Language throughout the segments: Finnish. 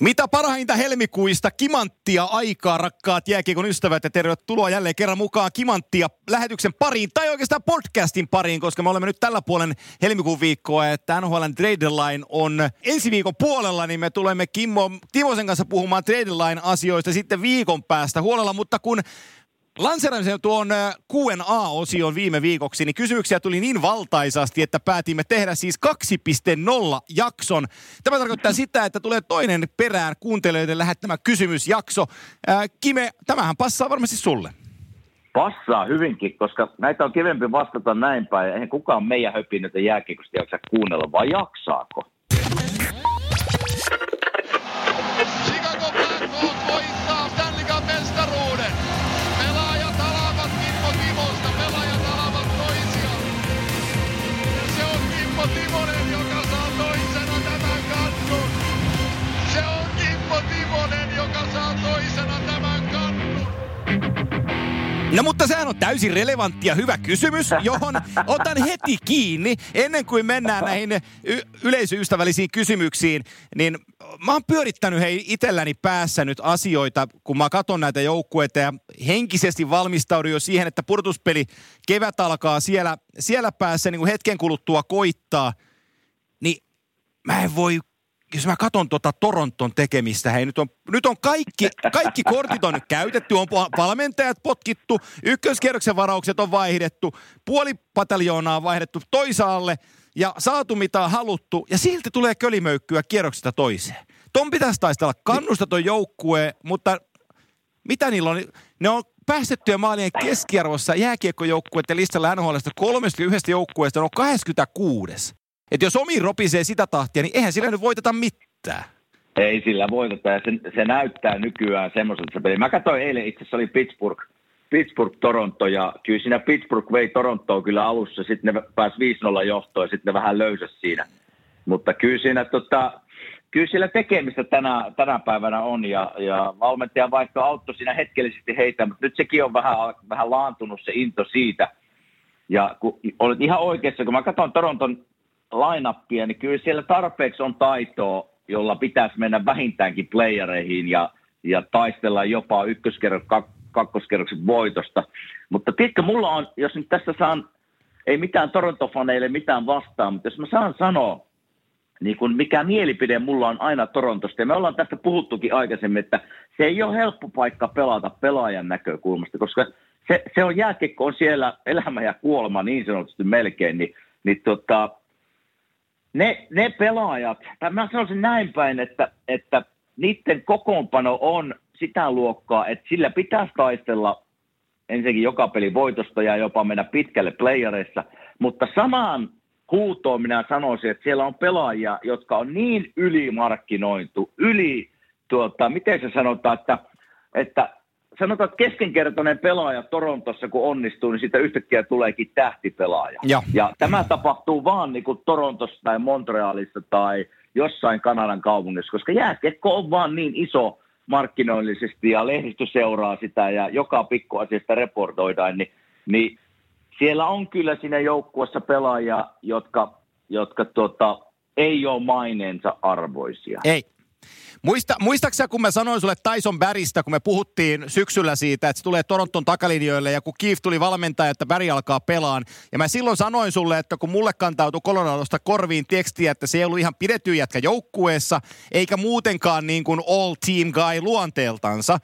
Mitä parhainta helmikuista, kimanttia aikaa, rakkaat jääkiekon ystävät, ja tervetuloa jälleen kerran mukaan kimanttia lähetyksen pariin, tai oikeastaan podcastin pariin, koska me olemme nyt tällä puolen helmikuun viikkoa, että NHL:n trade deadline on ensi viikon puolella, niin me tulemme Timosen kanssa puhumaan trade deadline asioista sitten viikon päästä huolella, mutta kun lanseeraamisen tuon Q&A-osion viime viikoksi, niin kysymyksiä tuli niin valtaisasti, että päätimme tehdä siis 2.0 jakson. Tämä tarkoittaa sitä, että tulee toinen perään kuuntelijoiden lähettämä kysymysjakso. Kime, tämähän passaa varmasti sulle. Passaa hyvinkin, koska näitä on kivempi vastata näin päin. Eihän kukaan meidän höpinöitä jääkiekosta jaksa kuunnella, vai jaksaako? Chicago Blackhawks voittaa Stanley Cup -mestaruuden. Pelaajat alavat Kimmo Timosta, pelaajat alavat toisiaan. Se on Kimmo Timonen, joka saa toisena tämän kannun. Se on Kimmo Timonen, joka saa toisena tämän kannun. No mutta sehän on täysin relevantti ja hyvä kysymys, johon otan heti kiinni. Ennen kuin mennään näihin yleisöystävällisiin kysymyksiin, niin mä oon pyörittänyt itselläni päässä nyt asioita, kun mä katson näitä joukkueita ja henkisesti valmistaudun jo siihen, että pudotuspeli kevät alkaa siellä päässä niin kuin hetken kuluttua koittaa, niin mä en voi. Jos mä katson Toronton tekemistä, hei nyt on kaikki kortit on nyt käytetty, on valmentajat potkittu, ykköskierroksen varaukset on vaihdettu, puoli pataljoonaa on vaihdettu toisaalle ja saatu mitä on haluttu ja silti tulee kölimöykkyä kierroksesta toiseen. Ton pitäisi taistella kannusta ton joukkue, mutta mitä niillä on? Ne on päästettyjä maalien keskiarvossa jääkiekkojoukkueiden listalla NHL:stä 31 joukkueesta on 26. Että jos omiin ropisee sitä tahtia, niin eihän sillä nyt voiteta mitään. Ei sillä voiteta, ja se näyttää nykyään semmoiselta se peli. Mä katsoin eilen, itse asiassa oli Pittsburgh-Toronto, ja kyllä siinä Pittsburgh vei Torontoa kyllä alussa, sitten ne pääsi 5-0 johtoon, ja sitten ne vähän löysäsi siinä. Mutta kyllä siinä kyllä siellä tekemistä tänä päivänä on, ja valmentajan vaihto auttoi siinä hetkellisesti heitä, mutta nyt sekin on vähän laantunut se into siitä. Ja kun olet ihan oikeassa, kun mä katson Toronton line-upia, niin kyllä siellä tarpeeksi on taitoa, jolla pitäisi mennä vähintäänkin playereihin ja taistella jopa kakkoskerroksen voitosta. Mutta tiedätkö, mulla on, jos nyt tässä saan, ei mitään Toronto-faneille mitään vastaan, mutta jos mä saan sanoa, niin kun mikä mielipide mulla on aina Torontosta, ja me ollaan tästä puhuttukin aikaisemmin, että se ei ole helppo paikka pelata pelaajan näkökulmasta, koska se on jääkiekko on siellä elämä ja kuolema niin sanotusti melkein, Ne pelaajat, tai mä sanoisin näin päin, että niiden kokoonpano on sitä luokkaa, että sillä pitäisi taistella ensinnäkin joka peli voitosta ja jopa mennä pitkälle playereissa, mutta samaan huutoon minä sanoisin, että siellä on pelaajia, jotka on niin ylimarkkinointu, miten se sanotaan, että sanotaan, että keskinkertainen pelaaja Torontossa, kun onnistuu, niin siitä yhtäkkiä tuleekin tähtipelaaja. Ja tämä tapahtuu vaan niin kuin Torontossa tai Montrealissa tai jossain Kanadan kaupungissa, koska jääkiekko on vaan niin iso markkinoillisesti ja lehdistö seuraa sitä ja joka pikkuasiasta reportoidaan, niin siellä on kyllä siinä joukkueessa pelaajia, jotka ei ole maineensa arvoisia. Ei. Muistaaksä, kun mä sanoin sulle Tyson Barrystä, kun me puhuttiin syksyllä siitä, että se tulee Toronton takalinjoille ja kun Keefe tuli valmentaja, että Barry alkaa pelaan. Ja mä silloin sanoin sulle, että kun mulle kantautui Coloradosta korviin tekstiä, että se ei ollut ihan pidetty jätkä joukkueessa, eikä muutenkaan niin kuin all team guy luonteeltansa.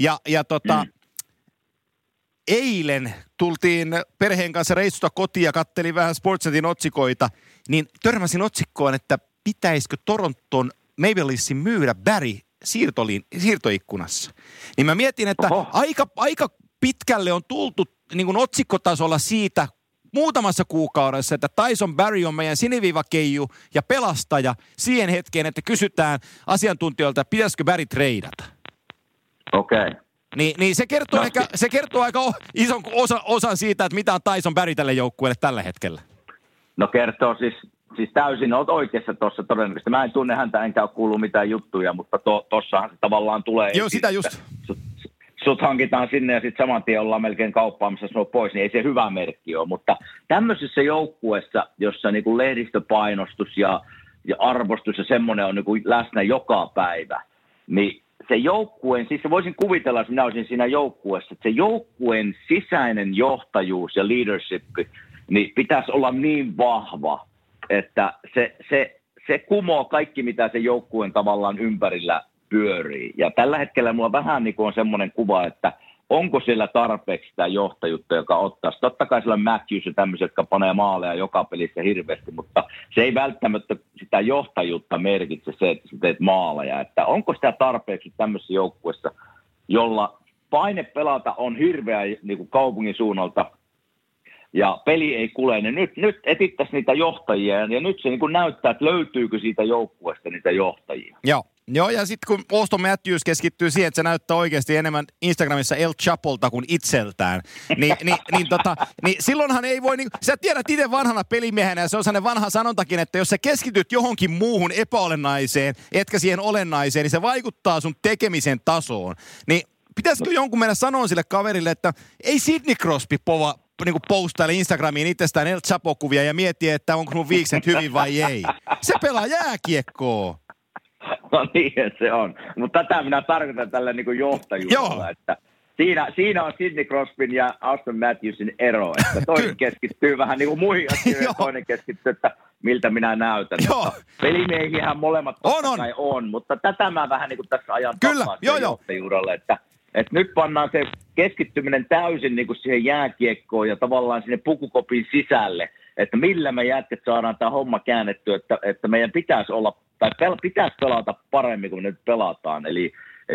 Eilen tultiin perheen kanssa reissusta kotiin ja kattelin vähän Sportsnetin otsikoita, niin törmäsin otsikkoon, että pitäisikö Toronton Maple Leafsin myydä Barry siirtoikkunassa. Niin mä mietin, että aika pitkälle on tultu niin kuin otsikkotasolla siitä muutamassa kuukaudessa, että Tyson Barry on meidän siniviivakeiju ja pelastaja siihen hetkeen, että kysytään asiantuntijoilta, pitäisikö Barry treidata. Okei. Niin se kertoo aika ison osan siitä, että mitä on Tyson Barry tälle joukkueelle tällä hetkellä. No kertoo siis täysin, olet oikeassa tuossa todennäköisesti. Mä en tunne häntä enkä ole kuullut mitään juttuja, mutta tossahan se tavallaan tulee. Joo, sitä just. Sut hankitaan sinne ja sitten saman tien ollaan melkein kauppaamassa sinua pois, niin ei se hyvä merkki ole. Mutta tämmöisessä joukkueessa, jossa niin kuin lehdistöpainostus ja arvostus ja semmoinen on niin kuin läsnä joka päivä, niin se joukkueen, siis voisin kuvitella, että minä olisin siinä joukkueessa, että se joukkueen sisäinen johtajuus ja leadership, niin pitäisi olla niin vahva, että se kumoo kaikki, mitä se joukkueen tavallaan ympärillä pyörii. Ja tällä hetkellä mulla vähän niin kuin on semmoinen kuva, että onko siellä tarpeeksi sitä johtajuutta, joka ottaa. Totta kai siellä on Matthews ja tämmöiset, jotka panee maaleja joka pelissä hirveästi, mutta se ei välttämättä sitä johtajuutta merkitse se, että sä teet maaleja. Että onko sitä tarpeeksi tämmöisessä joukkueessa, jolla paine pelata on hirveä niin kuin kaupungin suunnalta ja peli ei kule, niin nyt etittäisiin niitä johtajia ja nyt se niin kuin näyttää, että löytyykö siitä joukkueesta niitä johtajia. Joo, ja sitten kun Auston Matthews keskittyy siihen, että se näyttää oikeasti enemmän Instagramissa El Chapolta kuin itseltään, niin silloinhan ei voi, sä tiedät itse vanhana pelimiehenä, ja se on sellainen vanha sanontakin, että jos sä keskityt johonkin muuhun epäolennaiseen, etkä siihen olennaiseen, niin se vaikuttaa sun tekemisen tasoon. Niin pitäisikö jonkun mennä sanoa sille kaverille, että ei Sidney Crosby niin postaile Instagramiin itsestään El Chapo-kuvia ja miettiä, että onko mun viikset hyvin vai ei. Se pelaa jääkiekkoa. No niin se on. Mutta tätä minä tarkoitan tällä niin kuin johtajuudella, että siinä on Sidney Crosbyn ja Auston Matthewsin ero, että toinen keskittyy vähän niin kuin muihin asioihin ja toinen keskittyy, että miltä minä näytän. Pelimiehiähän molemmat totta kai on, mutta tätä mä vähän niin kuin tässä ajan takaa johtajuudelle, että nyt pannaan se keskittyminen täysin niin kuin siihen jääkiekkoon ja tavallaan sinne pukukopin sisälle, että millä me jätket saadaan tämä homma käännettyä, että meidän pitäisi olla tai pitäisi pelata paremmin kuin nyt pelataan. Eli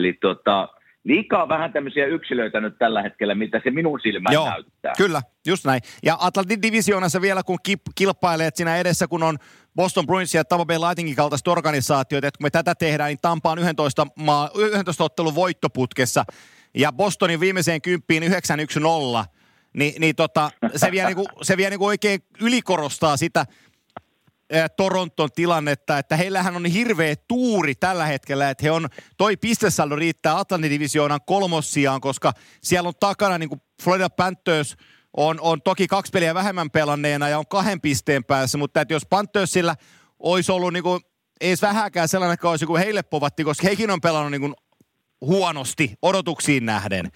liikaa vähän tämmöisiä yksilöitä nyt tällä hetkellä, mitä se minun silmään näyttää. Kyllä, just näin. Ja Atlantin divisioonassa vielä, kun kilpailee siinä edessä, kun on Boston Bruins ja Tampa Bay Lightningin kaltaiset organisaatiot, että kun me tätä tehdään, niin Tampa on 11 ottelun voittoputkessa, ja Bostonin viimeiseen 10 9-1-0, se vielä oikein ylikorostaa sitä Toronton tilannetta, että heillähän on hirveä tuuri tällä hetkellä, että toi pistesaldo riittää Atlantin divisioonan kolmossijaan, koska siellä on takana niin kuin Florida Panthers on toki 2 peliä vähemmän pelanneena ja on 2 pisteen päässä, mutta että jos Panthersilla olisi ollut niin kuin, ei edes vähäkään sellainen kausi kuin heille povatti, koska hekin on pelannut niin kuin huonosti odotuksiin nähden,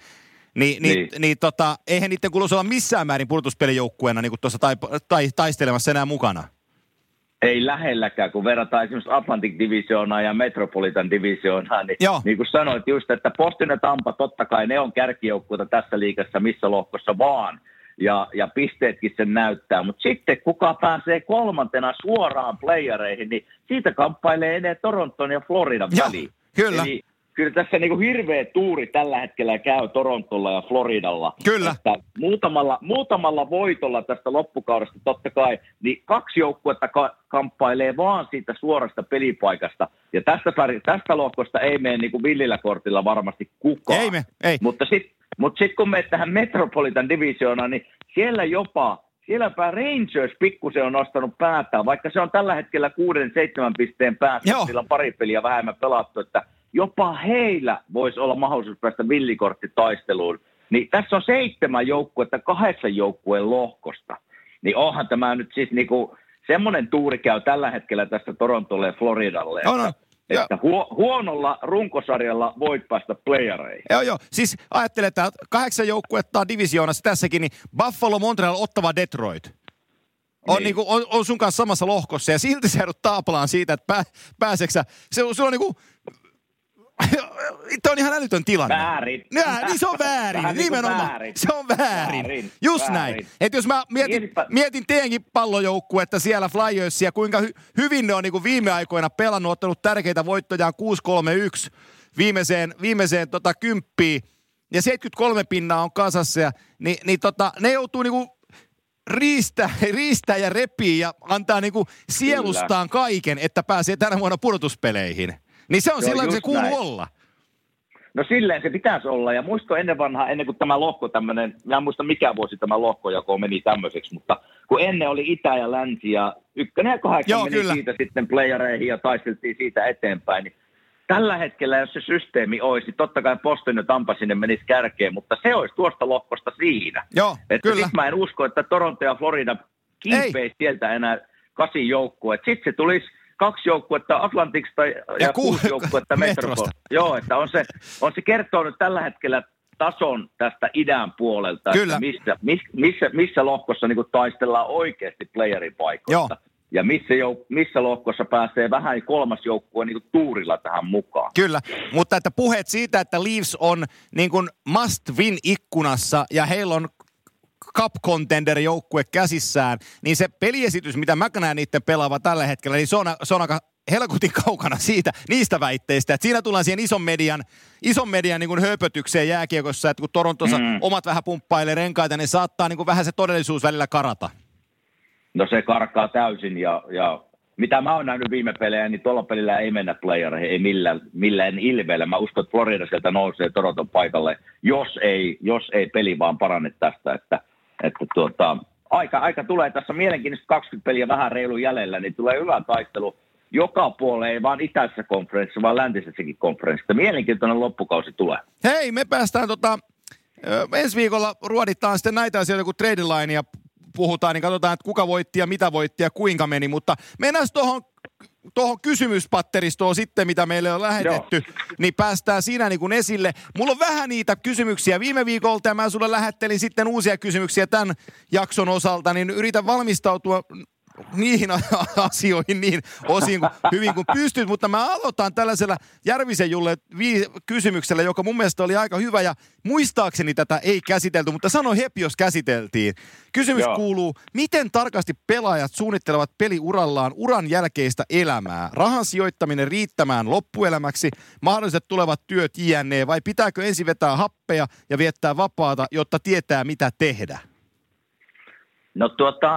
eihän niiden kuuluisi olla missään määrin pudotuspelijoukkueena niin kuin tuossa taistelemassa enää mukana. Ei lähelläkään, kun verrataan esimerkiksi Atlantic Divisioonaa ja Metropolitan Divisioonaa, niin kuin sanoit just, että Boston ja Tampa, totta kai ne on kärkijoukkueita tässä liigassa missä lohkossa vaan, ja pisteetkin sen näyttää, mutta sitten kuka pääsee kolmantena suoraan playereihin, niin siitä kamppailee enää Toronton ja Floridan väliin. Kyllä. Eli kyllä tässä niin kuin hirveä tuuri tällä hetkellä käy Torontolla ja Floridalla. Kyllä. Että muutamalla voitolla tästä loppukaudesta totta kai, niin 2 joukkuetta kamppailee vaan siitä suorasta pelipaikasta. Ja tästä lohkosta ei mene niin kuin villillä kortilla varmasti kukaan. Ei. Mutta sitten kun menet tähän Metropolitan Divisioonaan, niin sielläpä Rangers pikkusen on nostanut päätään, vaikka se on tällä hetkellä 6-7 pisteen päässä. Sillä on 2 peliä vähemmän pelattu, että jopa heillä voisi olla mahdollisuus päästä villikorttitaisteluun. Niin tässä on 7 joukkuetta 8 joukkueen lohkosta. Niin onhan tämä nyt siis niinku, semmoinen tuuri käy tällä hetkellä tässä Torontolle ja Floridalle. Että huonolla runkosarjalla voit päästä playereihin. Joo. Siis ajattele, että 8 joukkuetta on divisioonassa tässäkin, niin Buffalo, Montreal, Ottawa, Detroit. On sun kanssa samassa lohkossa ja silti sä joudut taapelaan siitä, että pääseksä. Se on niinku... Tämä on ihan älytön tilanne. Väärin. Niin se on väärin, nimenomaan. Väärin. Se on väärin. Just näin. Että jos mä mietin teidänkin pallojoukkuetta siellä Flyersia, kuinka hyvin ne on niin kuin viime aikoina pelannut, ottanut tärkeitä voittojaan 6-3-1 viimeiseen 10 ja 73 pinnaa on kasassa. Ne joutuu niinku riistää ja repii ja antaa niinku sielustaan kaiken, että pääsee tänä vuonna pudotuspeleihin. Niin se on silloin, kun se kuuluu olla. No silleen se pitäisi olla. Ja muisto ennen kuin tämä lohko tämmöinen, mä en muista mikä vuosi tämä lohkojako meni tämmöiseksi, mutta kun ennen oli Itä ja Länsi ja 1 ja 8 meni kyllä siitä sitten playereihin ja taisteltiin siitä eteenpäin, niin tällä hetkellä, jos se systeemi olisi, niin totta kai Boston ja Tampa sinne menisi kärkeen, mutta se olisi tuosta lohkosta siinä. Joo, että kyllä. Sitten mä en usko, että Toronto ja Florida kiipeisi sieltä enää 8 joukkoa. Sitten se tulisi 2 joukkuetta Atlantista ja 6 joukkuetta Metrosta. Joo, että on se kertoo nyt tällä hetkellä tason tästä idän puolelta, Kyllä. että missä lohkossa niin kuin taistellaan oikeasti playerin paikoista. Joo. Ja missä lohkossa pääsee vähän 3. joukkue niin kuin tuurilla tähän mukaan. Kyllä, mutta että puheet siitä, että Leafs on niin kuin must win ikkunassa ja heillä on cup contender-joukkue käsissään, niin se peliesitys, mitä mä näen niiden pelaava tällä hetkellä, niin se on aika helkutin kaukana niistä väitteistä, että siinä tullaan siihen ison median niin kuin höpötykseen jääkiekossa, että kun Torontossa omat vähän pumppailee renkaita, niin saattaa niin kuin vähän se todellisuus välillä karata. No se karkaa täysin ja mitä mä oon nähnyt viime pelejä, niin tuolla pelillä ei mennä playereihin, ei millään ilveellä. Mä uskon, että Florida sieltä nousee Toronton paikalle, jos ei peli vaan parane tästä, että aika tulee tässä mielenkiintoista 20 peliä vähän reilu jäljellä, niin tulee hyvä taistelu joka puolelle, ei vaan itäisessä konferenssissa, vaan läntisessäkin konferenssissa. Mielenkiintoinen loppukausi tulee. Hei, me päästään ensi viikolla ruoditaan sitten näitä asioita, kun trade linea puhutaan, niin katsotaan, että kuka voitti ja mitä voitti ja kuinka meni, mutta mennään tuohon kysymyspatteristoon sitten, mitä meille on lähetetty, niin päästään siinä niin kuin esille. Mulla on vähän niitä kysymyksiä viime viikolta ja mä sulle lähettelin sitten uusia kysymyksiä tämän jakson osalta, niin yritän valmistautua niihin asioihin niin osin hyvin kuin pystyt, mutta mä aloitan tällaisella Järvisen Julle kysymyksellä, joka mun mielestä oli aika hyvä ja muistaakseni tätä ei käsitelty, mutta sano hepi, jos käsiteltiin. Kysymys kuuluu, miten tarkasti pelaajat suunnittelevat peliurallaan uran jälkeistä elämää? Rahan sijoittaminen riittämään loppuelämäksi, mahdolliset tulevat työt jne. Vai pitääkö ensin vetää happeja ja viettää vapaata, jotta tietää mitä tehdä? No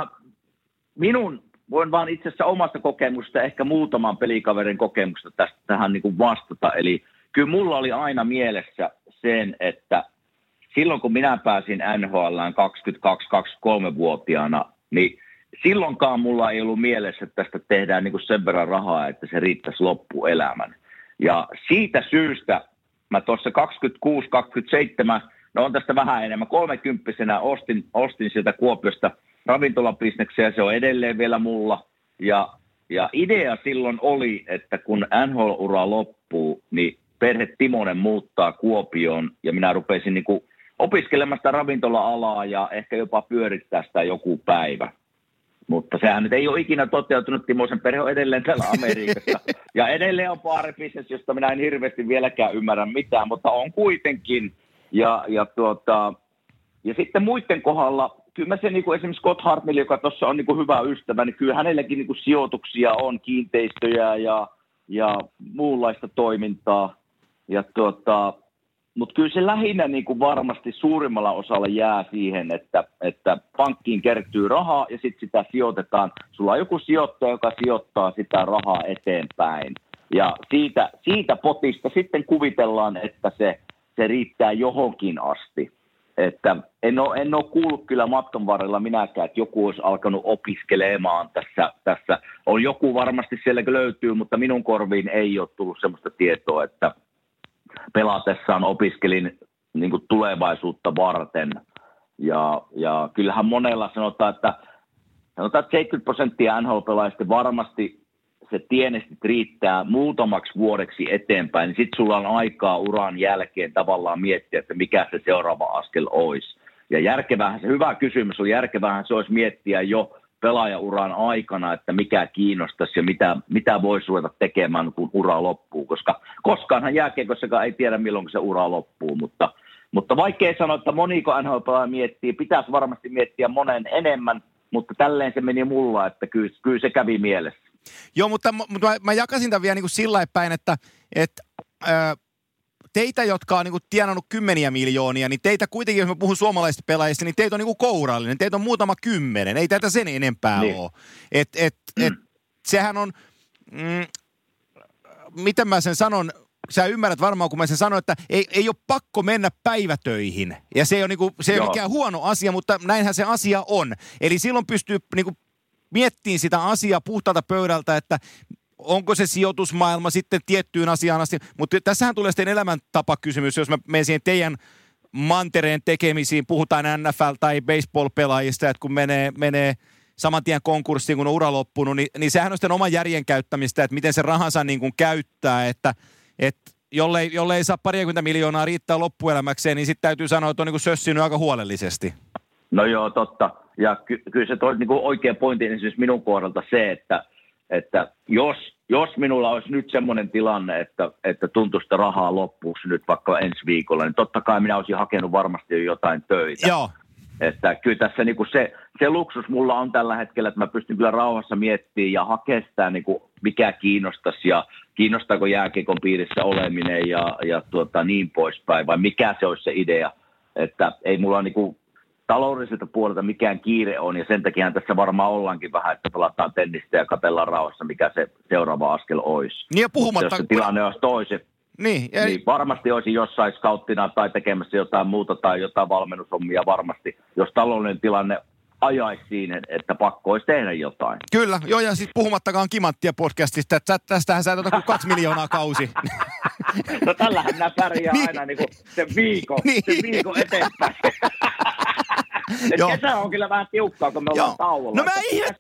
minun voin vaan itse asiassa omasta kokemusta, ehkä muutaman pelikaverin kokemusta tähän niin kuin vastata. Eli kyllä mulla oli aina mielessä sen, että silloin kun minä pääsin NHL:ään 22-23-vuotiaana, niin silloinkaan mulla ei ollut mielessä, että tästä tehdään niin kuin sen verran rahaa, että se riittäisi loppuelämän. Ja siitä syystä mä tuossa 26-27, no on tästä vähän enemmän, 30-vuotiaana ostin sieltä Kuopiosta ravintolabisneksiä, se on edelleen vielä mulla. Ja idea silloin oli, että kun NHL-ura loppuu, niin perhe Timonen muuttaa Kuopioon ja minä rupesin niin kuin opiskelemaan sitä ravintola-alaa ja ehkä jopa pyörittää sitä joku päivä. Mutta sehän nyt ei ole ikinä toteutunut. Timosen perhe on edelleen täällä Amerikassa. Ja edelleen on baaribisnes, josta minä en hirveästi vieläkään ymmärrä mitään, mutta on kuitenkin. Ja sitten muiden kohdalla, kyllä mä se niin kuin esimerkiksi Scott Hartnell, joka tuossa on niin kuin hyvä ystävä, niin kyllä hänelläkin niin kuin sijoituksia on, kiinteistöjä ja muunlaista toimintaa. Mutta kyllä se lähinnä niin kuin varmasti suurimmalla osalla jää siihen, että pankkiin kertyy rahaa ja sitten sitä sijoitetaan. Sulla on joku sijoittaja, joka sijoittaa sitä rahaa eteenpäin. Ja siitä potista sitten kuvitellaan, että se riittää johonkin asti. Että en ole kuullut kyllä matkan varrella minäkään, että joku olisi alkanut opiskelemaan tässä. On joku varmasti sielläkin löytyy, mutta minun korviin ei ole tullut sellaista tietoa, että pelatessaan opiskelin niin kuin tulevaisuutta varten. Ja kyllähän monella sanotaan, että 70% NHL-pelaajista varmasti se tienesti riittää muutamaksi vuodeksi eteenpäin, niin sitten sulla on aikaa uran jälkeen tavallaan miettiä, että mikä se seuraava askel olisi. Ja järkevähän se hyvä kysymys on, järkevähän se olisi miettiä jo pelaajauran aikana, että mikä kiinnostaisi ja mitä voisi ruveta tekemään, kun ura loppuu, koska koskaanhan jääkiekossakaan ei tiedä, milloin se ura loppuu, mutta vaikea sanoa, että moniko NHL-pelaaja miettii, pitäisi varmasti miettiä monen enemmän, mutta tälleen se meni mulla, että kyllä se kävi mielessä. Joo, mutta mä jakasin tämän vielä niin kuin sillä päin, että teitä, jotka on niin kuin tienannut kymmeniä miljoonia, niin teitä kuitenkin, jos mä puhun suomalaisista pelaajista, niin teitä on niin kuin kourallinen. Teitä on muutama 10. Ei tätä sen enempää ole. Sehän on, miten mä sen sanon, sä ymmärrät varmaan, kun mä sen sanon, että ei ole pakko mennä päivätöihin. Ja se ei ole, niin kuin, se ei ole mikään huono asia, mutta näinhän se asia on. Eli silloin pystyy niin kuin miettiin sitä asiaa puhtaalta pöydältä, että onko se sijoitusmaailma sitten tiettyyn asiaan asti. Mutta tässähän tulee sitten elämäntapakysymys, jos mä menen siihen teidän mantereen tekemisiin, puhutaan NFL- tai baseball-pelaajista, että kun menee saman tien konkurssiin, kun on ura loppunut, niin sehän on sitten oman järjen käyttämistä, että miten se rahansa niin kuin käyttää, että jollei saa 20 miljoonaa riittää loppuelämäkseen, niin sitten täytyy sanoa, että on niin kuin sössinyt aika huolellisesti. No joo, totta. Ja kyllä se toi niin kuin oikea pointti esimerkiksi minun kohdalta se, että jos minulla olisi nyt semmoinen tilanne, että tuntuisi, että rahaa loppuisi nyt vaikka ensi viikolla, niin totta kai minä olisin hakenut varmasti jo jotain töitä. Joo. Että kyllä tässä niin kuin se luksus mulla on tällä hetkellä, että mä pystyn kyllä rauhassa miettimään ja hakemaan sitä, niin kuin mikä kiinnostaisi ja kiinnostaako jääkiekon piirissä oleminen ja niin poispäin, vai mikä se olisi se idea, että ei mulla niin kuin taloudelliselta puolelta mikään kiire on, ja sen takia tässä varmaan ollaankin vähän, että pelataan tennistä ja katsellaan rauhassa, mikä se seuraava askel olisi. Niin ja puhumatta... Jos se tilanne olisi toisin, niin varmasti olisi jossain scouttina tai tekemässä jotain muuta tai jotain valmennushommia varmasti, jos taloudellinen tilanne ajaisi siinä, että pakko olisi tehdä jotain. Kyllä, joo, ja sitten puhumattakaan Kimanttia podcastista, että tästähän sä et ota kuin 2 miljoonaa kausi. No tällähän nämä pärjää aina niin kuin sen viikon eteenpäin. Kesä on kyllä vähän tiukkaa, kun me ollaan tauolla. No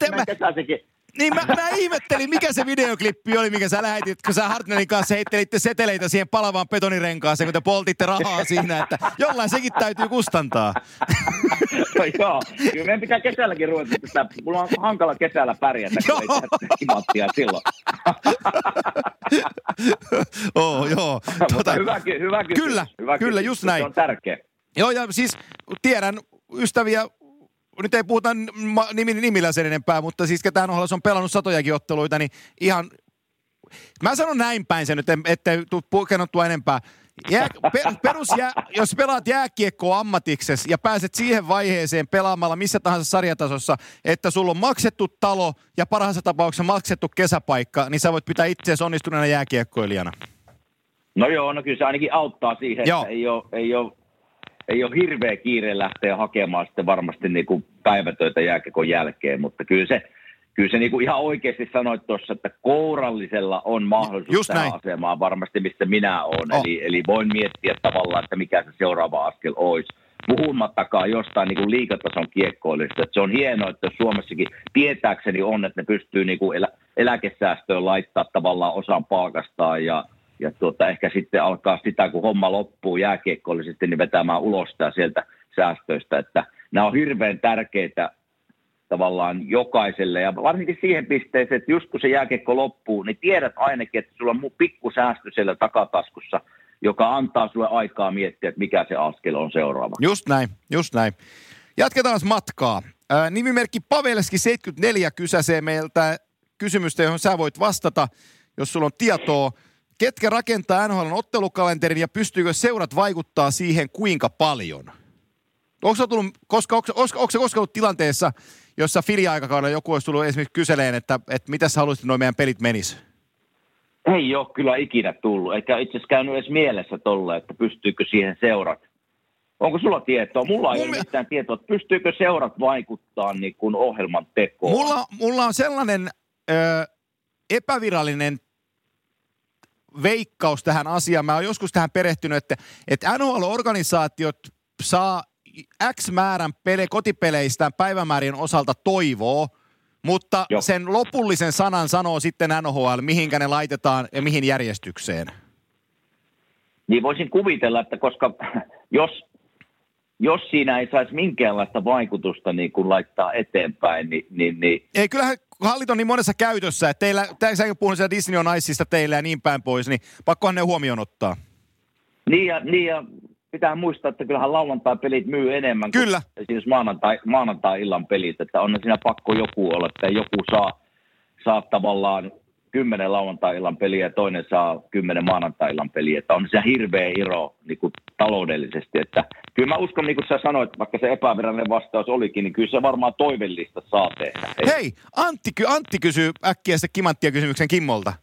mä ihmettelin, mikä se videoklippi oli, mikä sä lähetit, kun sä Hartnellin kanssa heittelitte seteleitä siihen palavaan betonirenkaaseen, kun te poltitte rahaa siinä, että jollain sekin täytyy kustantaa. No joo, kyllä meidän pitää kesälläkin ruveta sitä. Mulla on hankala kesällä pärjätä, kun ei tehdä Kimanttia silloin. Joo. Hyvä kysymys. Kyllä, just näin. Se on tärkeä. Joo, ja siis tiedän ystäviä, nyt ei puhuta nimillä sen enempää, mutta siis ketään Ohlassa on pelannut satojakin otteluita, niin ihan, mä sanon näin päin sen nyt, ettei tule pukenottua enempää. Jos pelaat jääkiekkoa ammatiksesi ja pääset siihen vaiheeseen pelaamalla missä tahansa sarjatasossa, että sulla on maksettu talo ja parhaassa tapauksessa maksettu kesäpaikka, niin sä voit pitää itseäsi onnistuneena jääkiekkoilijana. No joo, no kyllä se ainakin auttaa siihen, että ei ole hirveä kiire lähteä hakemaan sitten varmasti niin kuin päivätöitä jääkiekon jälkeen, mutta kyllä se niin kuin ihan oikeasti sanoit tuossa, että kourallisella on mahdollisuus tähän asemaan varmasti, missä minä olen. Eli voin miettiä tavallaan, että mikä se seuraava askel olisi. Puhumattakaan jostain niin kuin liigatason kiekkoilusta. Se on hienoa, että Suomessakin tietääkseni on, että ne pystyy niin kuin eläkesäästöön laittaa tavallaan osan palkastaan ja ehkä sitten alkaa sitä, kun homma loppuu jääkiekkoillisesti, niin vetämään ulos sieltä säästöistä. Että nämä on hirveän tärkeitä tavallaan jokaiselle, ja varsinkin siihen pisteeseen, että just kun se jääkiekko loppuu, niin tiedät ainakin, että sulla on pikku säästö siellä takataskussa, joka antaa sulle aikaa miettiä, että mikä se askel on seuraava. Just näin. Jatketaan matkaa. Nimimerkki Pavelski 74 kysäsee meiltä kysymystä, johon sä voit vastata, jos sulla on tietoa. Ketkä rakentaa NHL:n ottelukalenterin ja pystyykö seurat vaikuttaa siihen kuinka paljon? Onko se koskaan ollut tilanteessa, jossa filiaikakaudella joku olisi tullut esimerkiksi kyseleen, että mitä sä haluaisit, että nuo meidän pelit menis? Ei ole kyllä ikinä tullut, eikä itse asiassa käynyt edes mielessä tolle, että pystyykö siihen seurat. Onko sulla tietoa? Mulla ei ole mitään tietoa, että pystyykö seurat vaikuttaa niin kuin ohjelman tekoon? Mulla on sellainen epävirallinen veikkaus tähän asiaan. Mä oon joskus tähän perehtynyt, että NHL-organisaatiot saa X määrän kotipeleistä päivämäärien osalta toivoo, mutta sen lopullisen sanan sanoo sitten NHL, mihinkä ne laitetaan ja mihin järjestykseen. Niin voisin kuvitella, että koska jos siinä ei saisi minkäänlaista vaikutusta niin kun laittaa eteenpäin, niin... Ei, kyllähän hallit on niin monessa käytössä, että säkin puhunut siellä Disney on Iceista teille ja niin päin pois, niin pakkohan ne huomioon ottaa. Niin ja pitää muistaa, että kyllähän lauantai-pelit myy enemmän kuin esimerkiksi maanantai-illan pelit, että on siinä pakko joku olla, että joku saa tavallaan 10 lauantai-illan peliä ja toinen saa 10 maanantai-illan peliä, että on se hirveä ero niin kuin taloudellisesti, että kyllä mä uskon, niin kuin sä sanoit, vaikka se epävirallinen vastaus olikin, niin kyllä se varmaan toivellista saa tehdä. Hei, Antti kysyy äkkiä sitten Kimanttia kysymyksen Kimmolta.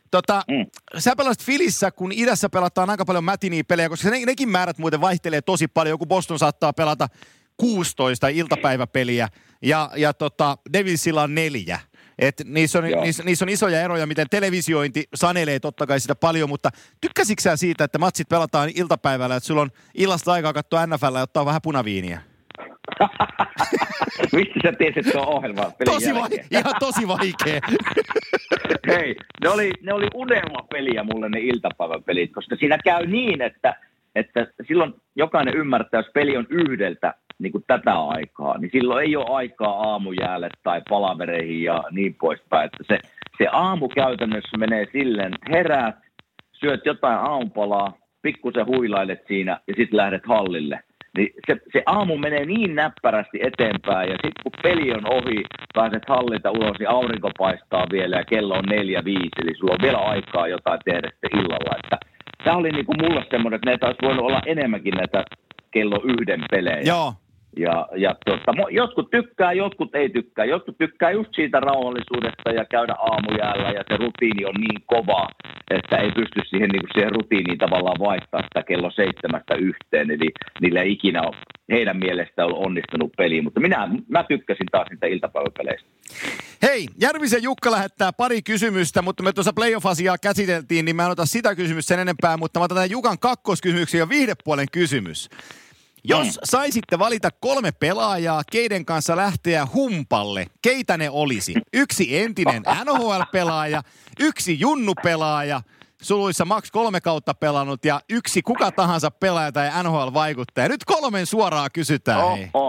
Sä pelasit Filissä, kun idässä pelataan aika paljon mätiniä-pelejä, koska nekin määrät muuten vaihtelee tosi paljon. Joku Boston saattaa pelata 16 iltapäiväpeliä ja Devilsillä on 4. Niissä on isoja eroja, miten televisiointi sanelee totta kai sitä paljon, mutta tykkäsitkö sä siitä, että matsit pelataan iltapäivällä, että sulla on illasta aikaa katsoa NFL ja ottaa vähän punaviiniä? Mistä sä tiesit tuon ohjelman pelin jälkeen? Ihan tosi vaikea. Hei, ne oli unelmapeliä mulle ne iltapäiväpelit, koska siinä käy niin, että silloin jokainen ymmärtää, jos peli on yhdeltä niin kuin tätä aikaa, niin silloin ei ole aikaa aamujäälle tai palavereihin ja niin poispäin. Että se aamu käytännössä menee silleen, heräät, syöt jotain aamupalaa, pikkusen huilailet siinä ja sitten lähdet hallille. Niin se aamu menee niin näppärästi eteenpäin ja sitten kun peli on ohi, pääset hallilta ulos, niin aurinko paistaa vielä ja kello on 4-5, eli sulla on vielä aikaa jotain tehdä sitten illalla. Että tämä oli niinku mulle semmoinen, että näitä olisi voinut olla enemmänkin näitä kello 1 pelejä. Joo. Ja jotkut tykkää, jotkut ei tykkää. Jotkut tykkää just siitä rauhallisuudesta ja käydä aamujäällä ja se rutiini on niin kova, että ei pysty siihen rutiiniin tavallaan vaihtaa sitä kello 7-1. Eli niillä ei ikinä ole heidän mielestään ollut onnistunut peli, mutta mä tykkäsin taas niitä iltapäiväpeleistä. Hei, Järvisen Jukka lähettää pari kysymystä, mutta me tuossa playoff-asiaa käsiteltiin, niin mä en ota sitä kysymystä sen enempää, mutta mä otan tämän Jukan kakkoskysymyksen ja viihdepuolen kysymys. Jos saisitte valita 3 pelaajaa, keiden kanssa lähteä humpalle, keitä ne olisi? 1 entinen NHL-pelaaja, 1 junnupelaaja, suluissa maks 3 kautta pelannut ja 1 kuka tahansa pelaaja tai NHL-vaikuttaja. Nyt 3 suoraan kysytään.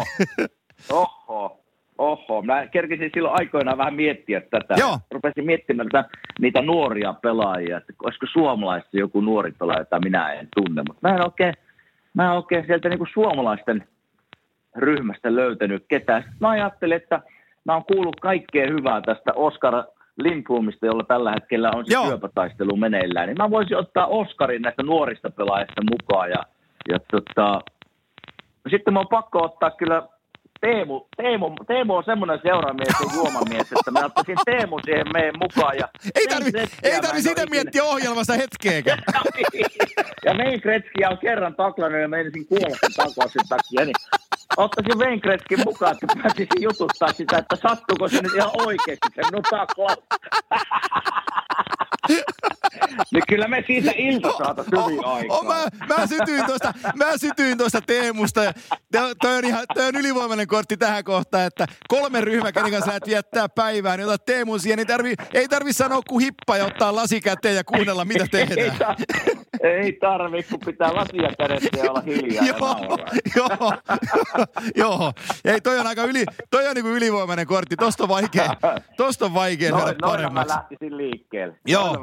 Oho. Mä kerkisin silloin aikoinaan vähän miettiä tätä. Joo. Rupesin miettimään niitä nuoria pelaajia, että olisiko suomalaisissa joku nuori pelaaja, jota minä en tunne, mutta mä en oikein sieltä niinku suomalaisten ryhmästä löytänyt ketään. Sitten mä ajattelin, että mä oon kuullut kaikkea hyvää tästä Oskar Lindblomista, jolla tällä hetkellä on se syöpätaistelu meneillään. Niin mä voisin ottaa Oskarin näistä nuorista pelaajista mukaan. Sitten mä oon pakko ottaa kyllä Teemu on semmoinen seuramies ja juomamies, että mä ottaisin Teemu siihen meidän mukaan. Ja ei tarvi sitä miettiä ohjelmasta hetkeäkään. Ja Wayne Gretzky on kerran taklannut ja meinasin kuolla sen taklauksen takia, niin ottaisin Wayne Gretzkin mukaan, että pääsisin jututtaa sitä, että sattuuko se nyt ihan oikeasti se minun taklaus. Niin kyllä me siitä ilta saataisiin hyvin aikaa. Mä sytyin tuosta Teemusta. Toi on ylivoimainen kortti tähän kohtaan, että 3 ryhmä, kenen kanssa lähdet viettää päivää, niin otat Teemun siihen, niin ei tarvi sanoa kuin hippa ja ottaa lasi käteen ja kuunnella, mitä tehdään. Ei tarvi, kun pitää lasia kädessä ja olla hiljaa ja nauraa. Joo. Ei, toi on niinku ylivoimainen kortti. Tosta on vaikea saada paremmaksi. Mä lähtisin liikkeelle.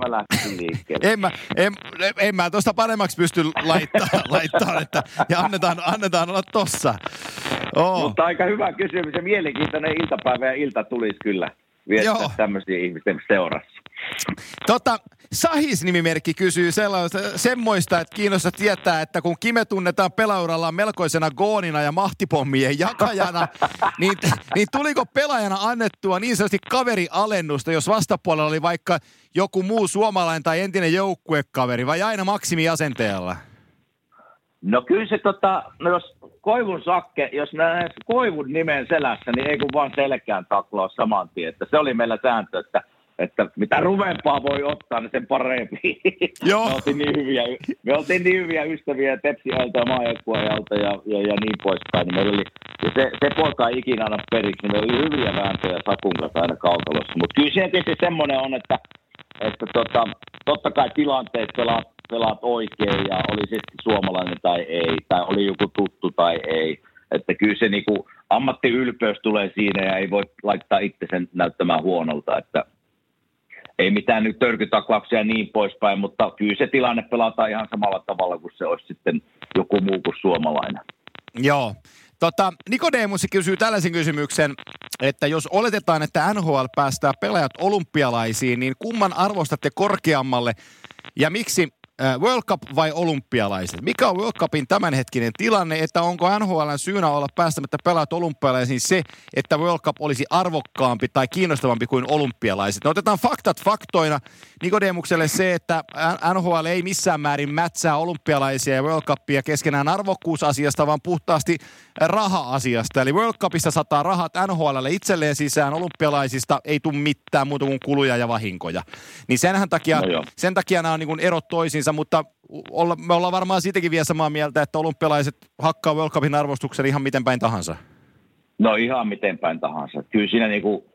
En mä tosta paremmaksi pysty laittaa että, ja annetaan olla tossa. Mutta aika hyvä kysymys ja mielenkiintoinen iltapäivä ja ilta tulisi kyllä viettää tämmöisiä ihmisten seurassa. Sahis-nimimerkki kysyy semmoista, että kiinnostaa tietää, että kun Kime tunnetaan pelaurallaan melkoisena goonina ja mahtipommien jakajana, niin tuliko pelaajana annettua niin sanotusti kaverialennusta, jos vastapuolella oli vaikka joku muu suomalainen tai entinen joukkuekaveri, vai aina maksimiasenteella? No kyllä se jos Koivun Sakke, jos näen Koivun nimen selässä, niin ei kun vaan selkään taklaus saman tien. Että se oli meillä sääntö, että mitä ruvempaa voi ottaa, niin sen parempi. Joo. Me oltiin niin hyviä ystäviä Tepsi-ajalta ja maajoukkueajalta ja niin poispäin. Niin meillä oli, ja se poika ei ikinä anna periksi, niin meillä oli hyviä vääntöjä Sakun kanssa aina kaukalossa. Mutta kyllä se tietysti semmoinen on, että totta kai tilanteet pelaat oikein ja oli se suomalainen tai ei, tai oli joku tuttu tai ei. Että kyllä se niinku ammattiylpeys tulee siinä ja ei voi laittaa itse sen näyttämään huonolta, että ei mitään nyt törkytaklauksia ja niin poispäin, mutta kyllä se tilanne pelataan ihan samalla tavalla kuin se olisi sitten joku muu kuin suomalainen. Joo. Nikodemus kysyy tällaisen kysymyksen, että jos oletetaan, että NHL päästää pelaajat olympialaisiin, niin kumman arvostatte korkeammalle ja miksi World Cup vai olympialaiset? Mikä on World Cupin tämänhetkinen tilanne, että onko NHL:n syynä olla päästämättä pelaajat olympialaisiin se, että World Cup olisi arvokkaampi tai kiinnostavampi kuin olympialaiset? No, otetaan faktat faktoina. Nikodemukselle se, että NHL ei missään määrin mätsää olympialaisia ja World Cupia keskenään arvokkuusasiasta, vaan puhtaasti raha-asiasta. Eli World Cupissa sataa rahat NHL:lle itselleen sisään, olympialaisista ei tule mitään muuta kuin kuluja ja vahinkoja. Niin sen takia nämä on niin kuin erot toisiinsa, mutta me ollaan varmaan siitäkin vielä samaa mieltä, että olympialaiset hakkaa World Cupin arvostuksen ihan miten päin tahansa. No ihan miten päin tahansa. Kyllä siinä niinku,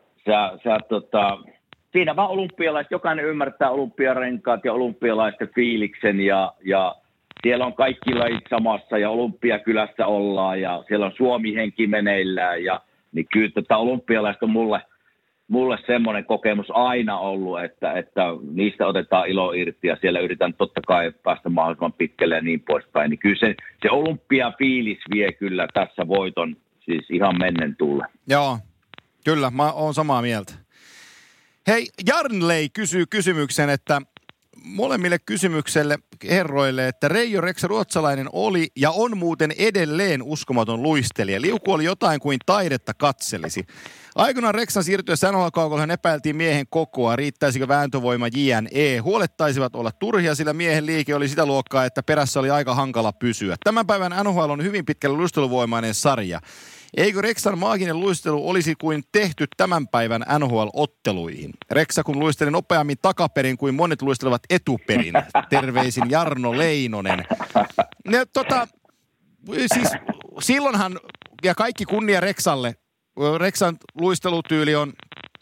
siinä vaan olympialaiset, jokainen ymmärtää olympiarenkaat ja olympialaisten fiiliksen ja siellä on kaikki lajit samassa ja olympiakylässä ollaan ja siellä on Suomi-henki meneillään niin kyllä olympialaiset on mulle semmoinen kokemus aina ollut, että niistä otetaan ilo irti ja siellä yritän totta kai päästä mahdollisimman pitkälle ja niin poispäin. Niin kyllä se olympiafiilis vie kyllä tässä voiton siis ihan mennen tulle. Joo, kyllä, mä oon samaa mieltä. Hei, Jarnley kysyy kysymyksen, että molemmille kysymykselle herroille, että Reijo Reksa ruotsalainen oli ja on muuten edelleen uskomaton luistelija. Liuku oli jotain kuin taidetta katselisi. Aikoinaan Reksan siirtyessä NHL-kaukolle hän epäiltiin miehen kokoa, riittäisikö vääntövoima JNE. Huolettaisivat olla turhia, sillä miehen liike oli sitä luokkaa, että perässä oli aika hankala pysyä. Tämän päivän NHL on hyvin pitkälle luisteluvoimainen sarja. Eikö Reksan maaginen luistelu olisi kuin tehty tämän päivän NHL-otteluihin? Reksa kun luisteli nopeammin takaperin kuin monet luistelevat etuperin. Terveisin Jarno Leinonen. Siis silloinhan, ja kaikki kunnia Reksalle, Reksan luistelutyyli on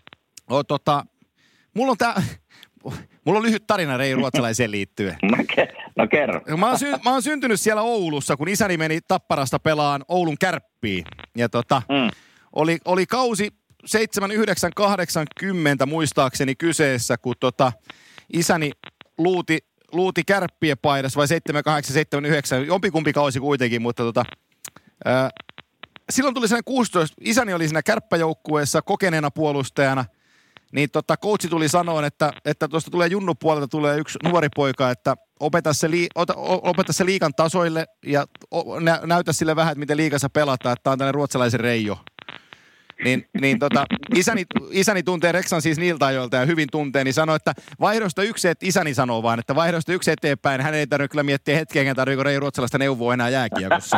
mulla on lyhyt tarina Reijo ruotsalaiseen liittyen. No kerro. Mä oon syntynyt siellä Oulussa, kun isäni meni Tapparasta pelaan Oulun Kärppiin. Ja oli kausi 79-80 muistaakseni kyseessä, kun isäni luuti Kärppien paidassa, vai 78-79, jompikumpi kausi kuitenkin, mutta silloin tuli sellainen 16, isäni oli siinä kärppäjoukkueessa kokeneena puolustajana, niin coachi tuli sanoa, että tuosta tulee junnupuolelta tulee yksi nuori poika, että opeta se liigan tasoille ja näytä sille vähän, että miten liigassa pelataan, että tämä on tällainen ruotsalaisen Reijo. Isäni tuntee Reksan siis niiltä ajoilta ja hyvin tuntee, niin sanoi, että vaihdosta yksi, että isäni sanoo vaan, että vaihdosta yksi eteenpäin, hän ei tarvitse kyllä miettiä hetkeäkään, tarvitseeko Reijo ruotsalaista neuvoa enää jääkiekossa.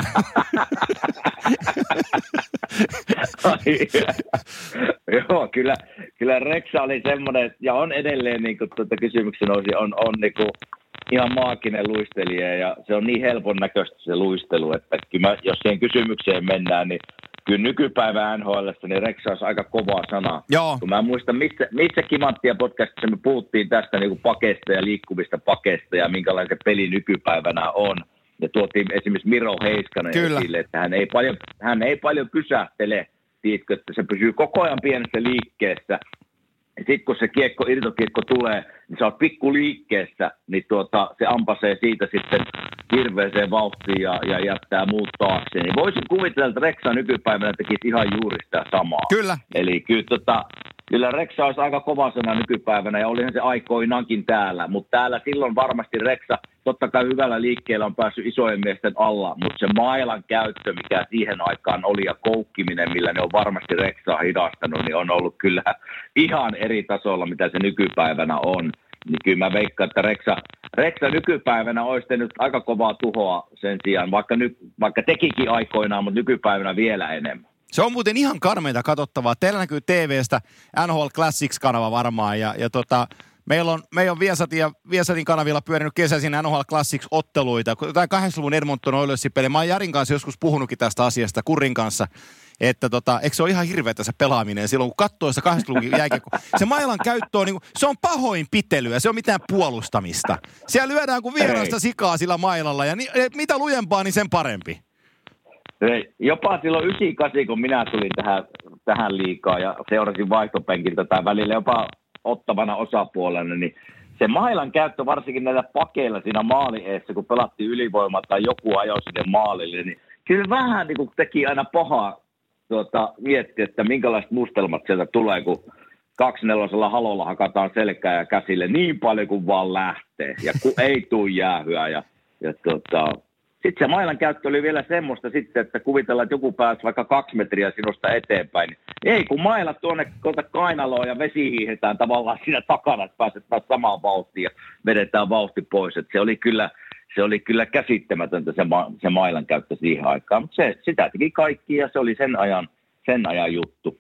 Joo, kyllä Reksa oli semmoinen, ja on edelleen, niin kuin kysymyksen on niin kuin ihan maaginen luistelija, ja se on niin helpon näköistä se luistelu, että kyllä jos siihen kysymykseen mennään, niin kyllä nykypäivän NHL:ssä niin Reksa olisi aika kova sana. Joo. Kun mä muistan, missä Kimanttia podcastissa me puhuttiin tästä niin kuin pakeista ja liikkuvista pakeista ja minkälainen se peli nykypäivänä on. Ja tuotiin esimerkiksi Miro Heiskanen esille, että hän ei paljon pysähtele, tiedätkö, että se pysyy koko ajan pienessä liikkeessä. Ja sitten kun se irtokiekko tulee, niin sä oot pikku liikkeessä, niin se ampasee siitä sitten hirveäseen vauhtiin ja jättää muut taakse. Niin voisin kuvitella, että Reksa nykypäivänä tekisi ihan juuri sitä samaa. Kyllä. Eli kyllä Reksa olisi aika kova sana nykypäivänä ja olihan se aikoinaankin täällä. Mutta täällä silloin varmasti Reksa, totta kai hyvällä liikkeellä on päässyt isojen miesten alla, mutta se mailan käyttö, mikä siihen aikaan oli ja koukkiminen, millä ne on varmasti Reksaa hidastanut, niin on ollut kyllä ihan eri tasolla, mitä se nykypäivänä on. Niin kyllä mä veikkaan, että Reksa nykypäivänä olisi tehnyt aika kovaa tuhoa sen sijaan, vaikka tekikin aikoinaan, mutta nykypäivänä vielä enemmän. Se on muuten ihan karmeita katsottavaa. Teillä näkyy TV:stä NHL Classics-kanava varmaan ja meillä on Viasatin kanavilla pyörinyt kesäisin NHL Classics-otteluita. Jotain 80-luvun Edmonton Oilersin-peli. Mä oon Jarin kanssa joskus puhunutkin tästä asiasta, Kurrin kanssa, että eikö se ole ihan hirveätä se pelaaminen silloin, kun katsoo sitä 80-luvun jääkiekkoa. Se mailan käyttö on, se on pahoinpitelyä, se on mitään puolustamista. Siellä lyödään kuin vierasta sikaa sillä mailalla ja mitä lujempaa, niin sen parempi. Jopa silloin 98, kun minä tulin tähän liigaan ja seurasin vaihtopenkiltä tai välillä jopa ottavana osapuolena, niin se mailan käyttö varsinkin näillä pakeilla siinä maali eessä, kun pelattiin ylivoimaa tai joku ajoi sinne maalille, niin kyllä vähän niin kuin teki aina pahaa miettiä, että minkälaiset mustelmat sieltä tulee, kun 2-4 halolla hakataan selkää ja käsille niin paljon kuin vaan lähtee ja kun ei tule jäähyä ja sitten se mailan käyttö oli vielä semmoista sitten, että kuvitellaan, että joku pääsi vaikka 2 metriä sinusta eteenpäin. Niin ei, kun mailat tuonne kainaloon ja vesi hiihetään tavallaan siinä takana, että pääset taas samaan vauhtiin ja vedetään vauhti pois. Et se oli kyllä käsittämätöntä se mailan käyttö siihen aikaan, mutta sitä teki kaikki ja se oli sen ajan juttu.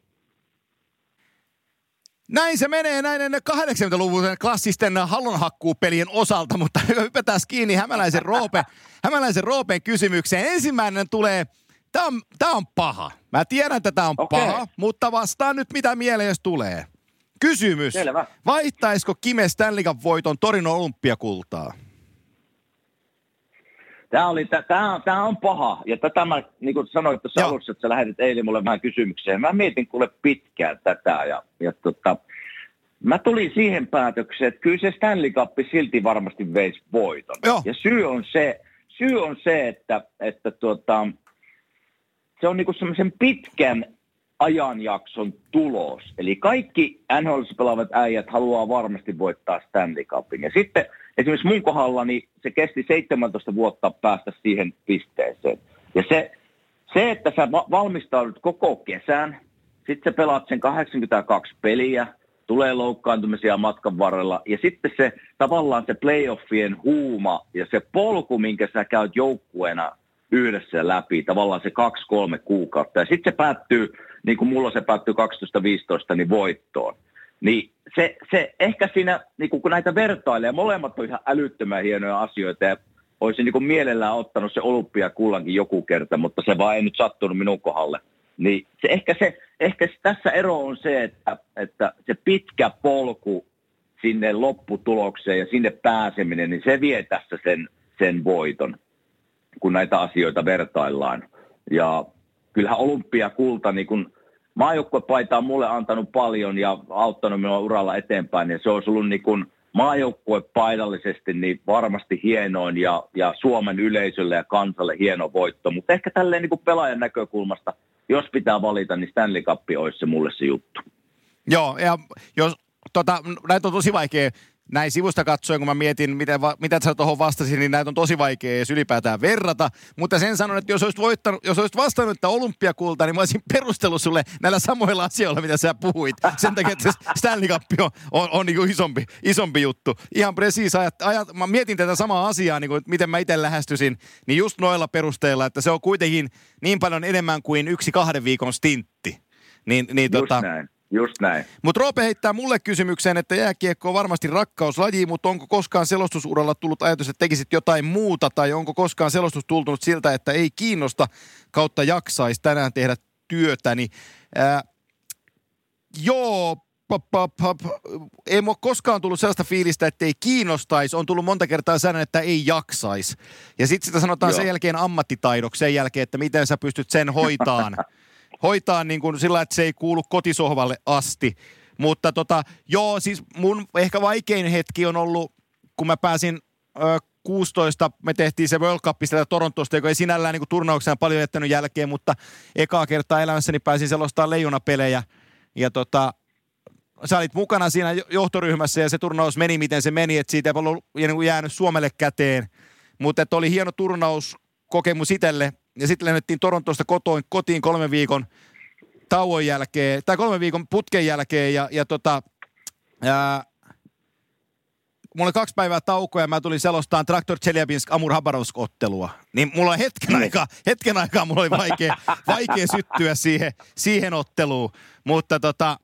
Näin se menee näiden 80-luvun klassisten hallonhakkuupelien osalta, mutta hypätään kiinni Hämäläisen Roopeen kysymykseen. Ensimmäinen tulee tää on paha. Mä tiedän, että tää on paha, mutta vastaan nyt mitä mieleen jos tulee. Kysymys. Selvä. Vaihtaisiko Kime Stanley Cup voiton Torinon olympiakultaa? Tämä on paha. Ja tätä mä, niin kuin sanoit tuossa alussa, että sä lähetit eilen mulle vähän kysymykseen. Mä mietin kuule pitkään tätä ja mä tulin siihen päätökseen, että kyllä se Stanley Cup silti varmasti veisi voiton. Joo. Ja syy on se, että se on niinku semmoisen pitkän ajanjakson tulos. Eli kaikki NHL:ssä pelaavat äijät haluaa varmasti voittaa Stanley Cupin. Ja sitten esimerkiksi mun kohdalla niin se kesti 17 vuotta päästä siihen pisteeseen. Ja se että sä valmistaudut koko kesän, sitten sä pelaat sen 82 peliä, tulee loukkaantumisia matkan varrella, ja sitten se tavallaan se playoffien huuma ja se polku, minkä sä käyt joukkueena yhdessä läpi, tavallaan se 2-3 kuukautta, ja sitten se päättyy, niin kuin mulla se päättyy 12-15, niin voittoon. Niin se ehkä siinä, niin kun näitä vertailee, molemmat on ihan älyttömän hienoja asioita, ja olisin niin kuin mielellään ottanut se olympiakullankin joku kerta, mutta se vaan ei nyt sattunut minun kohdalle. Niin ehkä tässä ero on se, että se pitkä polku sinne lopputulokseen ja sinne pääseminen, niin se vie tässä sen voiton, kun näitä asioita vertaillaan. Ja kyllähän olympiakulta, niin kun maajoukkuepaita on mulle antanut paljon ja auttanut minua uralla eteenpäin, ja se olisi ollut niin kun maajoukkuepaidallisesti niin varmasti hienoin ja Suomen yleisölle ja kansalle hieno voitto, mutta ehkä tälleen niin kuin pelaajan näkökulmasta, jos pitää valita, niin Stanley Cup olisi se mulle se juttu. Joo, ja jos näitä on tosi vaikea näin sivusta katsoen, kun mä mietin, mitä sä tuohon vastasin, niin näitä on tosi vaikea edes ylipäätään verrata. Mutta sen sanon, että jos olisit vastannut, että olympiakulta, niin mä olisin perustellut sulle näillä samoilla asioilla, mitä sä puhuit. Sen takia, että Stanley Cup on niin kuin isompi juttu. Ihan presiis mä mietin tätä samaa asiaa, niin kuin, että miten mä itse lähestyisin, niin just noilla perusteilla, että se on kuitenkin niin paljon enemmän kuin 1-2 viikon stintti. Just näin. Mutta Roope heittää mulle kysymykseen, että jääkiekko on varmasti rakkauslaji, mutta onko koskaan selostusuralla tullut ajatus, että tekisit jotain muuta, tai onko koskaan selostus tultunut siltä, että ei kiinnosta kautta jaksaisi tänään tehdä työtäni? Ei ole koskaan tullut sellaista fiilistä, että ei kiinnostaisi. On tullut monta kertaa säännön, että ei jaksaisi. Ja sitten sitä sanotaan sen jälkeen ammattitaidoksi, sen jälkeen, että miten sä pystyt sen hoitaa niin kuin sillä, että se ei kuulu kotisohvalle asti. Mutta siis mun ehkä vaikein hetki on ollut, kun mä pääsin 16, me tehtiin se World Cup sieltä Torontosta, joka ei sinällään niin kuin turnauksena paljon jättänyt jälkeen, mutta ekaa kertaa elämässäni pääsin selostamaan leijonapelejä. Ja sä olit mukana siinä johtoryhmässä ja se turnaus meni, miten se meni, että siitä ei ollut jäänyt Suomelle käteen. Mutta oli hieno turnauskokemus itselle. Ja sitten lennettiin Torontosta kotiin 3 viikon tauon jälkeen, tai 3 viikon putken jälkeen, ja mulla oli 2 päivää taukoa, ja mä tulin selostamaan Traktor Chelyabinsk-Amur Habarovsk-ottelua. Niin mulla oli hetken aikaa mulla oli vaikea syttyä siihen otteluun, mutta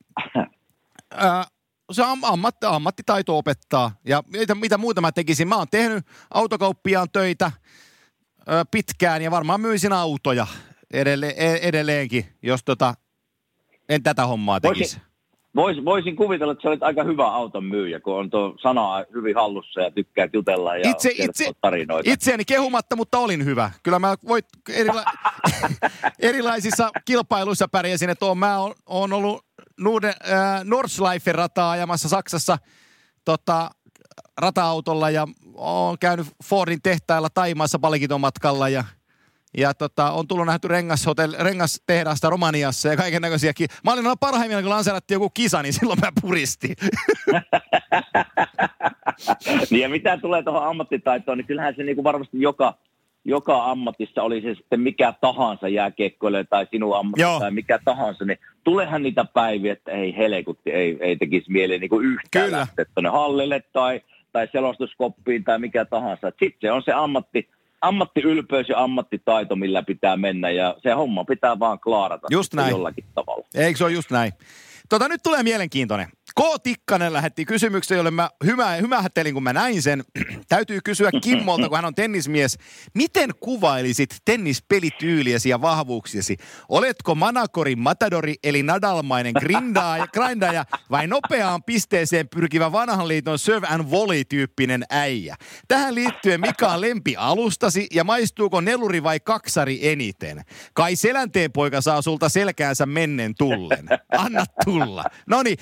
se ammattitaito opettaa, ja mitä muuta mä tekisin, mä oon tehnyt autokauppiaan töitä, pitkään ja varmaan myisin autoja edelleenkin, jos en tätä hommaa tekisi. Voisin kuvitella, että sä olet aika hyvä auton myyjä, kun on tuo sanaa hyvin hallussa ja tykkäät jutella ja kertoa tarinoita. Itseäni kehumatta, mutta olin hyvä. Kyllä mä erilaisissa kilpailuissa pärjäsin, että mä oon ollut Nordschleife-rataa ajamassa Saksassa rata-autolla ja on käynyt Fordin tehtailla Taimaassa palkintomatkalla ja on tullut nähty rengastehdaasta Romaniassa ja kaiken näköisiäkin. Mä olin parhaimmillaan, kun lanseerattiin joku kisa, niin silloin mä puristin. Niin ja mitä tulee tuohon ammattitaitoon, niin kyllähän se niinku varmasti joka ammatissa, oli se sitten mikä tahansa jääkiekkoille tai sinun ammatti tai mikä tahansa, niin tulehan niitä päiviä, että ei helekutti, ei tekisi mieleen niinku yhtään lähteä tuonne hallille tai selostuskoppiin tai mikä tahansa. Sitten se on se ammattiylpeys ja ammattitaito, millä pitää mennä ja se homma pitää vaan klaarata just näin. Jollakin tavalla. Eikö se ole just näin? Nyt tulee mielenkiintoinen. K. Tikkanen lähetti kysymyksen, jolle mä hymähättelin, kun mä näin sen. Täytyy kysyä Kimmolta, kun hän on tennismies. Miten kuvailisit tennispelityyliäsi ja vahvuuksiasi? Oletko Manakorin matadori, eli nadalmainen grindaaja, vai nopeaan pisteeseen pyrkivä vanhan liiton serve and volley-tyyppinen äijä? Tähän liittyen mikä on lempialustasi ja maistuuko neluri vai kaksari eniten? Kai Selänteen poika saa sulta selkäänsä mennen tullen. Anna tulla. Noniin,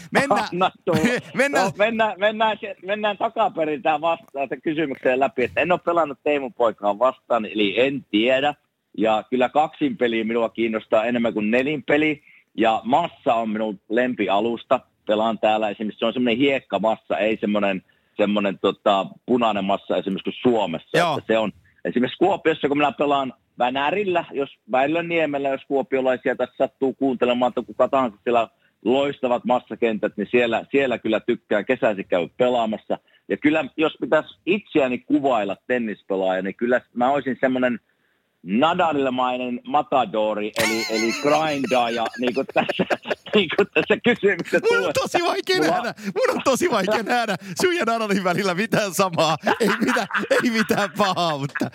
mennään takaperin tähän kysymykseen läpi, että en ole pelannut Teemun poikaan vastaan, eli en tiedä. Ja kyllä kaksinpeliä minua kiinnostaa enemmän kuin nelinpeli. Ja massa on minun lempialusta. Pelaan täällä esimerkiksi, se on semmoinen hiekkamassa, ei semmoinen punainen massa esimerkiksi kuin Suomessa. Että se on esimerkiksi Kuopiossa, kun minä pelaan Vänärillä, jos Väylänniemellä, jos kuopiolaisia tässä sattuu kuuntelemaan, että kuka tahansa siellä loistavat massakentät, niin siellä kyllä tykkää kesäisin käydä pelaamassa. Ja kyllä, jos pitäisi itseäni kuvailla tennispelaaja, niin kyllä mä olisin semmoinen Nadalmainen matadori, eli grindaaja, niin kuin tässä kysymyksessä tulee. Mun on tosi vaikea nähdä sun ja Nadalin välillä mitään samaa. Ei mitään pahaa, mutta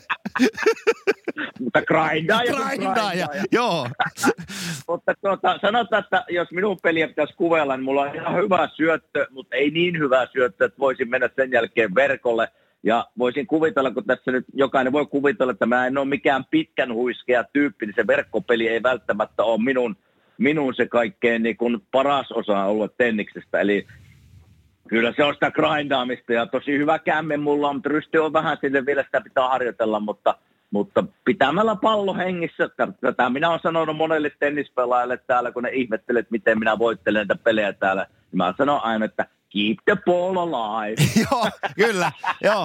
grindaaja, joo. Mutta sanotaan, että jos minun peliä pitäisi kuvailla, niin mulla on ihan hyvä syöttö, mutta ei niin hyvä syöttö, että voisin mennä sen jälkeen verkolle. Ja voisin kuvitella, kun tässä nyt jokainen voi kuvitella, että mä en ole mikään pitkän huiskea tyyppi, niin se verkkopeli ei välttämättä ole minun se kaikkein niin kuin paras osa ollut tenniksestä. Eli kyllä se on sitä grindaamista ja tosi hyvä kämme mulla on, mutta rysti on vähän sille vielä sitä pitää harjoitella, mutta pitämällä pallo hengissä. Tätä minä olen sanonut monelle tennispelaajalle täällä, kun ne ihmettelet, miten minä voittelen näitä pelejä täällä. Mä sanon aina, että keep the ball alive. Joo, kyllä, joo.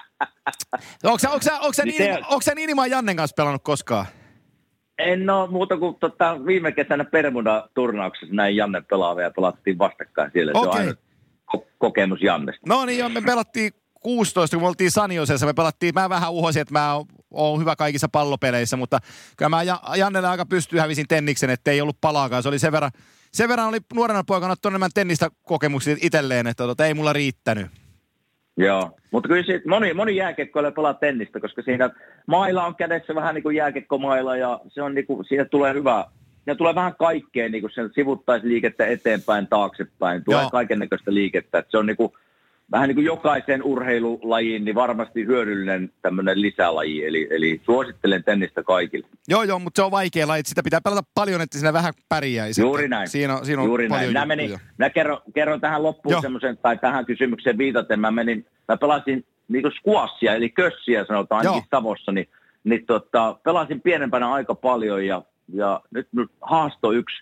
Onko sä Niinimaan Jannen kanssa pelannut koskaan? En ole muuta kuin viime kesänä Bermuda-turnauksessa näin Janne pelaavia ja pelattiin vastakkain siellä. Se on aina kokemus Jannesta. No niin, joo, me pelattiin 16, kun me oltiin Saniosessa. Mä vähän uhosin, että mä oon hyvä kaikissa pallopeleissä, mutta kyllä mä Jannelle aika pystyy hävisin tenniksen, että ei ollut palaakaan. Se oli sen verran oli nuorena poikana ottanut enemmän tennistä kokemuksia itselleen, että ei mulla riittänyt. Joo, mutta kyllä siitä moni jääkiekkoille pelaa tennistä, koska siinä maila on kädessä vähän niin kuin jääkiekkomaila ja se on niin kuin, siinä tulee hyvä. Siinä tulee vähän kaikkea, niin kuin sen sivuttaisliikettä eteenpäin, taaksepäin, tulee kaikennäköistä liikettä. Että se on niin kuin, vähän niin kuin jokaisen urheilulajiin niin varmasti hyödyllinen tämmöinen lisälaji, eli suosittelen tennistä kaikille. Joo, mutta se on vaikea laji, sitä pitää pelata paljon, että siinä vähän pärjäisi. Juuri näin. Siinä on juuri paljon näin. Mä kerron tähän loppuun semmoisen, tai tähän kysymykseen viitaten, mä pelasin niin kuin squashia, eli kössiä sanotaan ainakin Savossa, niin pelasin pienempänä aika paljon, ja nyt haasto yksi.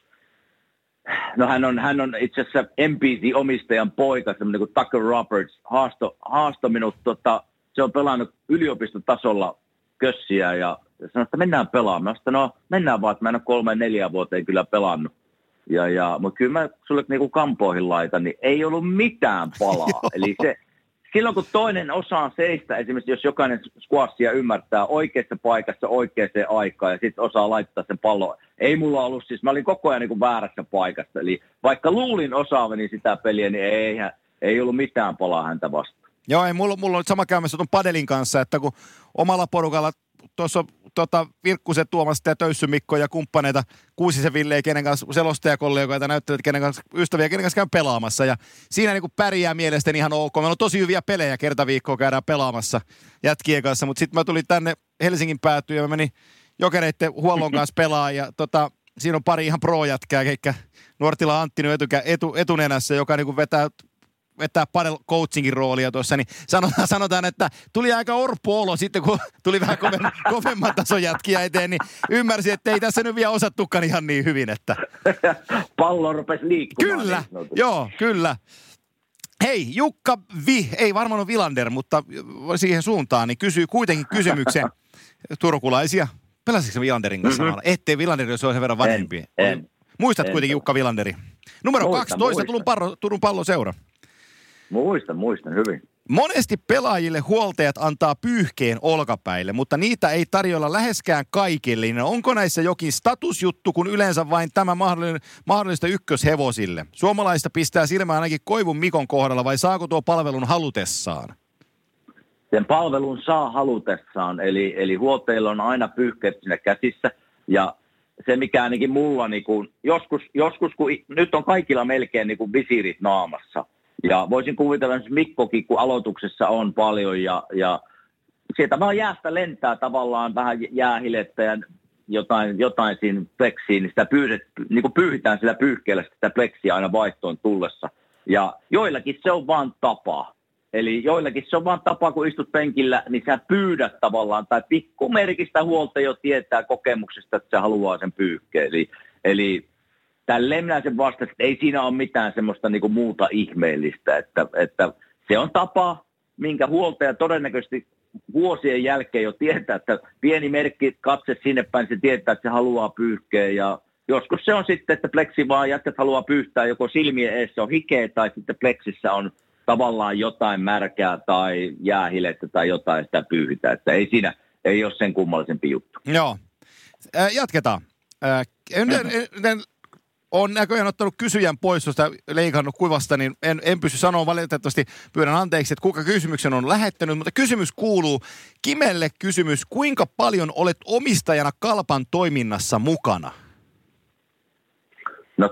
No hän on itse asiassa NBC-omistajan poika, semmoinen kuin Tucker Roberts, haasto minut, se on pelannut yliopistotasolla kössiä ja sanoi, että mennään pelaamaan. Mä sanoin, no mennään vaan, että mä en ole 3-4 vuoteen kyllä pelannut. Mutta kyllä mä sulle niinku kampoihin laitan, niin ei ollut mitään palaa. Eli silloin kun toinen osaa seistä, esimerkiksi jos jokainen squashia ymmärtää oikeassa paikassa oikeaan aikaan ja sitten osaa laittaa sen pallon. Ei mulla ollut siis, mä olin koko ajan niin kuin väärässä paikassa. Eli vaikka luulin osaavani sitä peliä, niin ei ollut mitään palaa häntä vastaan. Joo, ei mulla on sama käymässä tuon padelin kanssa, että kun omalla porukalla tuossa Virkkuset, Tuomas ja Töyssy Mikko ja kumppaneita, Kuusisen Ville, kenen kanssa selostajakollegoita näyttelevät, kenen kanssa ystäviä, kenen kanssa käyn pelaamassa. Ja siinä niin pärjää mielestäni ihan ok. Meillä on tosi hyviä pelejä, kerta viikkoa käydään pelaamassa jätkien kanssa. Mutta sitten mä tulin tänne Helsingin päätyyn ja mä menin Jokereitten huollon kanssa pelaamaan. Ja siinä on pari ihan pro-jätkää, eikä Nuortila Antti etunenässä, joka niin vetää padel coachingin roolia tuossa, niin sanotaan, että tuli aika orpo-olo sitten, kun tuli vähän kovemman tason jätkiä eteen, niin ymmärsin, että ei tässä nyt vielä osattukaan ihan niin hyvin, että pallo rupesi liikkumaan. Kyllä, joo, kyllä. Hei, Jukka ei varmaan ole Vilander, mutta siihen suuntaan, niin kysyy kuitenkin kysymyksen turkulaisia. Pelasitko Vilanderin kanssa samalla? Ettei Vilander, jos on sen verran vanhempi. Muistat kuitenkin Jukka Vilanderi. Numero 12, Turun Palloseura. Muistan hyvin. Monesti pelaajille huoltajat antaa pyyhkeen olkapäille, mutta niitä ei tarjolla läheskään kaikille. Niin onko näissä jokin statusjuttu, kun yleensä vain tämä mahdollista ykköshevosille? Suomalaista pistää silmään ainakin Koivun Mikon kohdalla, vai saako tuo palvelun halutessaan? Sen palvelun saa halutessaan, eli huoltajilla on aina pyyhkeet siinä käsissä. Ja se mikä ainakin mulla, niin kun, joskus kun nyt on kaikilla melkein niin kuin visiirit naamassa. Ja voisin kuvitella, että Mikkokin, kun aloituksessa on paljon ja sieltä vaan jäästä lentää tavallaan vähän jäähilettä ja jotain siinä pleksiin, niin sitä niin pyyhitään sillä pyyhkeellä sitä pleksiä aina vaihtoon tullessa. Ja joillakin se on vaan tapa. Eli joillakin se on vaan tapa, kun istut penkillä, niin sä pyydät tavallaan, tai pikkumerkistä huolta jo tietää kokemuksesta, että se haluaa sen pyyhkeen. Eli tälleen minä sen vastasin, että ei siinä ole mitään semmoista niin kuin muuta ihmeellistä, että se on tapa, minkä huoltaja todennäköisesti vuosien jälkeen jo tietää, että pieni merkki katse sinne päin, se tietää, että se haluaa pyyhkeä ja joskus se on sitten, että pleksi vaan jätkät haluaa pyyhtää, joko silmien eessä on hikeä tai sitten pleksissä on tavallaan jotain märkää tai jäähilettä tai jotain sitä pyyhitään, että ei siinä, ei ole sen kummallisempi juttu. Joo. Jatketaan. Olen näköjään ottanut kysyjän pois tuosta leikannut kuvasta, niin en pysty sanoa valitettavasti, pyydän anteeksi, että kuka kysymyksen on lähettänyt, mutta kysymys kuuluu, Kimelle kysymys, kuinka paljon olet omistajana Kalpan toiminnassa mukana? No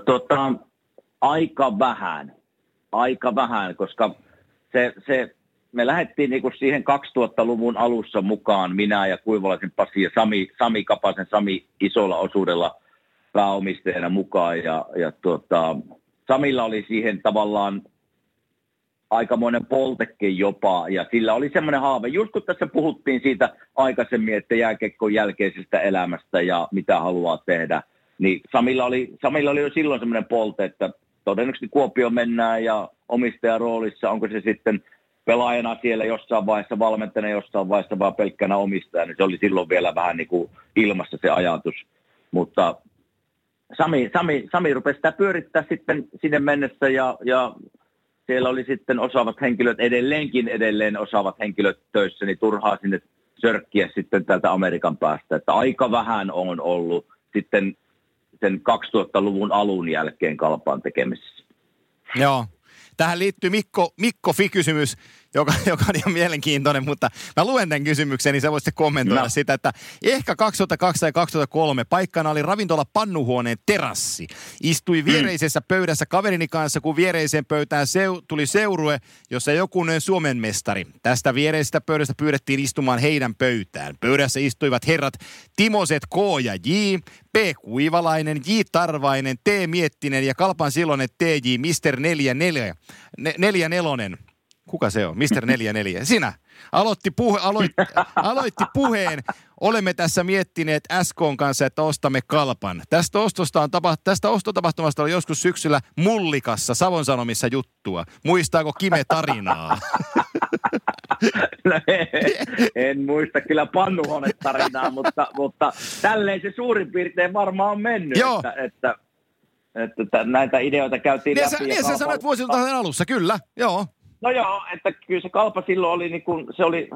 aika vähän, koska me lähdettiin niinku siihen 2000-luvun alussa mukaan, minä ja Kuivalaisen Pasi ja Sami Kapasen Sami isolla osuudella pääomistajana mukaan ja Samilla oli siihen tavallaan aikamoinen poltekin jopa ja sillä oli semmoinen haave, just kun tässä puhuttiin siitä aikaisemmin, että jääkiekon jälkeisestä elämästä ja mitä haluaa tehdä, niin Samilla oli jo silloin semmoinen polte, että todennäköisesti Kuopioon mennään ja omistajan roolissa, onko se sitten pelaajana siellä jossain vaiheessa, valmentajana jossain vaiheessa, vaan pelkkänä omistajana, niin se oli silloin vielä vähän niin kuin ilmassa se ajatus. Mutta Sami rupesi sitä pyörittää sitten sinne mennessä ja siellä oli sitten osaavat henkilöt, edelleen osaavat henkilöt töissä, niin turhaa sinne sörkkiä sitten täältä Amerikan päästä. Että aika vähän on ollut sitten sen 2000-luvun alun jälkeen Kalpaan tekemisessä. Joo. Tähän liittyy Mikko Fi-kysymys, joka on ihan mielenkiintoinen, mutta mä luen tämän kysymyksen, niin sä voisit kommentoida sitä, että ehkä 2002 tai 2003 paikkana oli ravintola Pannuhuoneen terassi. Istui viereisessä pöydässä kaverini kanssa, kun viereiseen pöytään tuli seurue, jossa jokunen Suomen mestari. Tästä viereisestä pöydästä pyydettiin istumaan heidän pöytään. Pöydässä istuivat herrat Timoset K ja J, P. Kuivalainen, J. Tarvainen, T. Miettinen ja Kalpan silloinen TJ Mr. 44. Kuka se on? Mr. 44. Sinä. Aloitti puheen. Olemme tässä miettineet SK:n kanssa, että ostamme Kalpan. Tästä ostotapahtumasta oli joskus syksyllä Mullikassa Savon Sanomissa juttua. Muistaako Kime tarinaa? No, en muista kyllä Pannuhuone-tarinaa, mutta tälleen se suurin piirtein varmaan on mennyt. Joo. Että näitä ideoita käytiin läpi. Niin sä sanoit vuosiltaan alussa, kyllä, joo. No joo, että kyllä se Kalpa silloin oli, niin kuin, se oli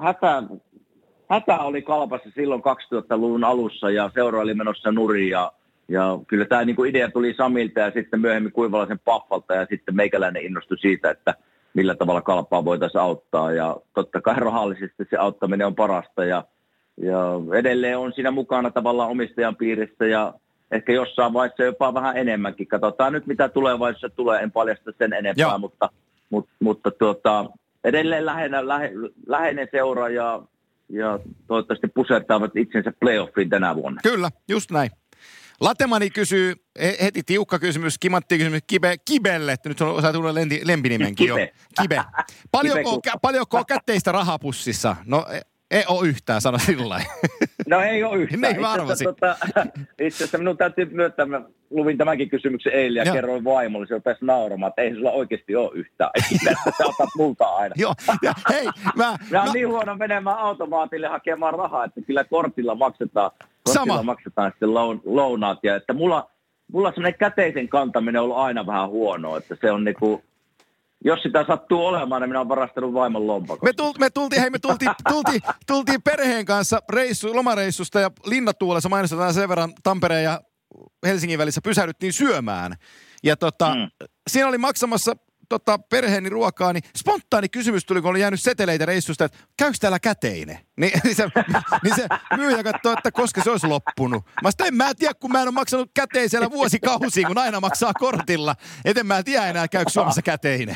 hätä oli Kalpassa silloin 2000-luvun alussa ja seura oli menossa nurin ja kyllä tämä niin kuin idea tuli Samilta ja sitten myöhemmin Kuivalaisen Paffalta ja sitten meikäläinen innostui siitä, että millä tavalla Kalpaa voitaisiin auttaa ja totta kai rahallisesti se auttaminen on parasta ja edelleen on siinä mukana tavallaan omistajan piirissä ja ehkä jossain vaiheessa jopa vähän enemmänkin. Katsotaan nyt mitä tulevaisuudessa tulee, en paljasta sen enempää, mutta edelleen läheinen seura ja toivottavasti pusertaavat itsensä playoffiin tänä vuonna. Kyllä, just näin. Latemani kysyy, heti tiukka kysymys, kimatti kysymys Kibelle, että nyt on tullut lempinimenkin jo. Kibe. Paljonko käteistä rahapussissa? No ei ole yhtään, sano sillä lailla. No ei ole yhtään. Niin arvasin. Itse asiassa minun täytyy myöntää, mä luvin tämänkin kysymyksen eilen ja kerroin vaimolle, se rupesi nauramaan, että ei sulla oikeasti ole yhtään. Että sä otat multa aina. Joo, ja hei, mä oon niin huono menemään automaatille hakemaan rahaa, että kyllä kortilla maksetaan sitten lounaat. Ja että mulla semmoinen käteisen kantaminen on ollut aina vähän huonoa, että se on niinku, Jos sitä sattuu olemaan, niin minä olen varastanut vaimon lompakosta. Me tultiin perheen kanssa lomareissusta ja Linnatuulessa mainostetaan sen verran Tampereen ja Helsingin välissä pysähdyttiin syömään. Ja siinä oli maksamassa perheeni ruokaa, niin spontaani kysymys tuli, kun oli jäänyt seteleitä reissusta, että käykö täällä käteinen? Niin se myyjä katsoi, että koska se olisi loppunut. En mä tiedä, kun mä en ole maksanut käteisellä vuosikausiin, kun aina maksaa kortilla. Eten mä tiedä enää, käykö Suomessa käteinen.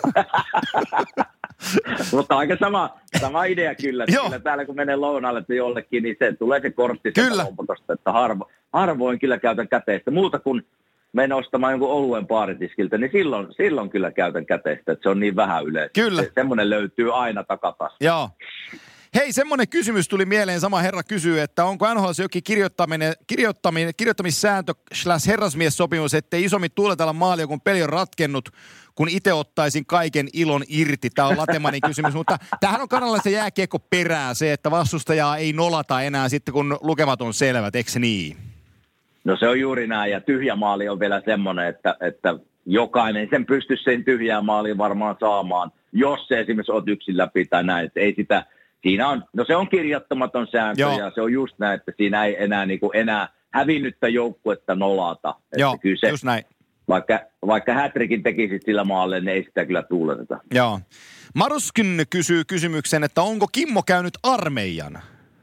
Mutta aika sama idea kyllä. Kyllä täällä kun menee lounaalle jollekin, niin se tulee se kortti sieltä lompakosta, että harvoin kyllä käytän käteistä. Muuta kuin menen ostamaan jonkun oluen baaritiskiltä, niin silloin kyllä käytän käteistä, että se on niin vähän yleensä. Kyllä. Semmoinen löytyy aina takataskasta. Joo. Hei, semmoinen kysymys tuli mieleen, sama herra kysyy, että onko NHL:ssä jokin kirjoittamissääntö / herrasmiessopimus, ettei isommin tuuletella maalia, kun peli on ratkennut, kun itse ottaisin kaiken ilon irti. Tämä on Latemanin kysymys, mutta tämähän on kanalaisen jääkiekko perää se, että vastustajaa ei nolata enää sitten, kun lukemat on selvät, eikö se niin? No se on juuri näin, ja tyhjä maali on vielä semmoinen, että jokainen sen pystyisi sen tyhjää maaliin varmaan saamaan, jos se esimerkiksi olet yksin läpi tai näin, että ei sitä, siinä on, no se on kirjoittamaton sääntö, ja se on just näin, että siinä ei enää hävinnyttä joukkuetta nolata. Joo, kyllä se, just näin. Vaikka hätrikin tekisit sillä maalle, niin ei sitä kyllä tuuleteta. Joo. Maruskin kysyy kysymyksen, että onko Kimmo käynyt armeijan?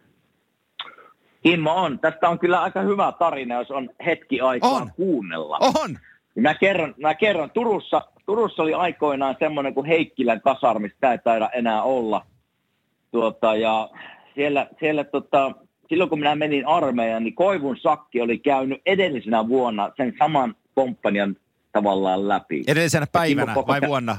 Kimmo on. Tästä on kyllä aika hyvä tarina, jos on hetki aikaa kuunnella. On. Mä kerron. Turussa oli aikoinaan semmoinen kuin Heikkilän kasarmi, sitä ei taida enää olla. Ja siellä silloin kun minä menin armeijaan, niin Koivun Sakki oli käynyt edellisenä vuonna sen saman komppanian tavallaan läpi. Edellisenä päivänä vai vuonna?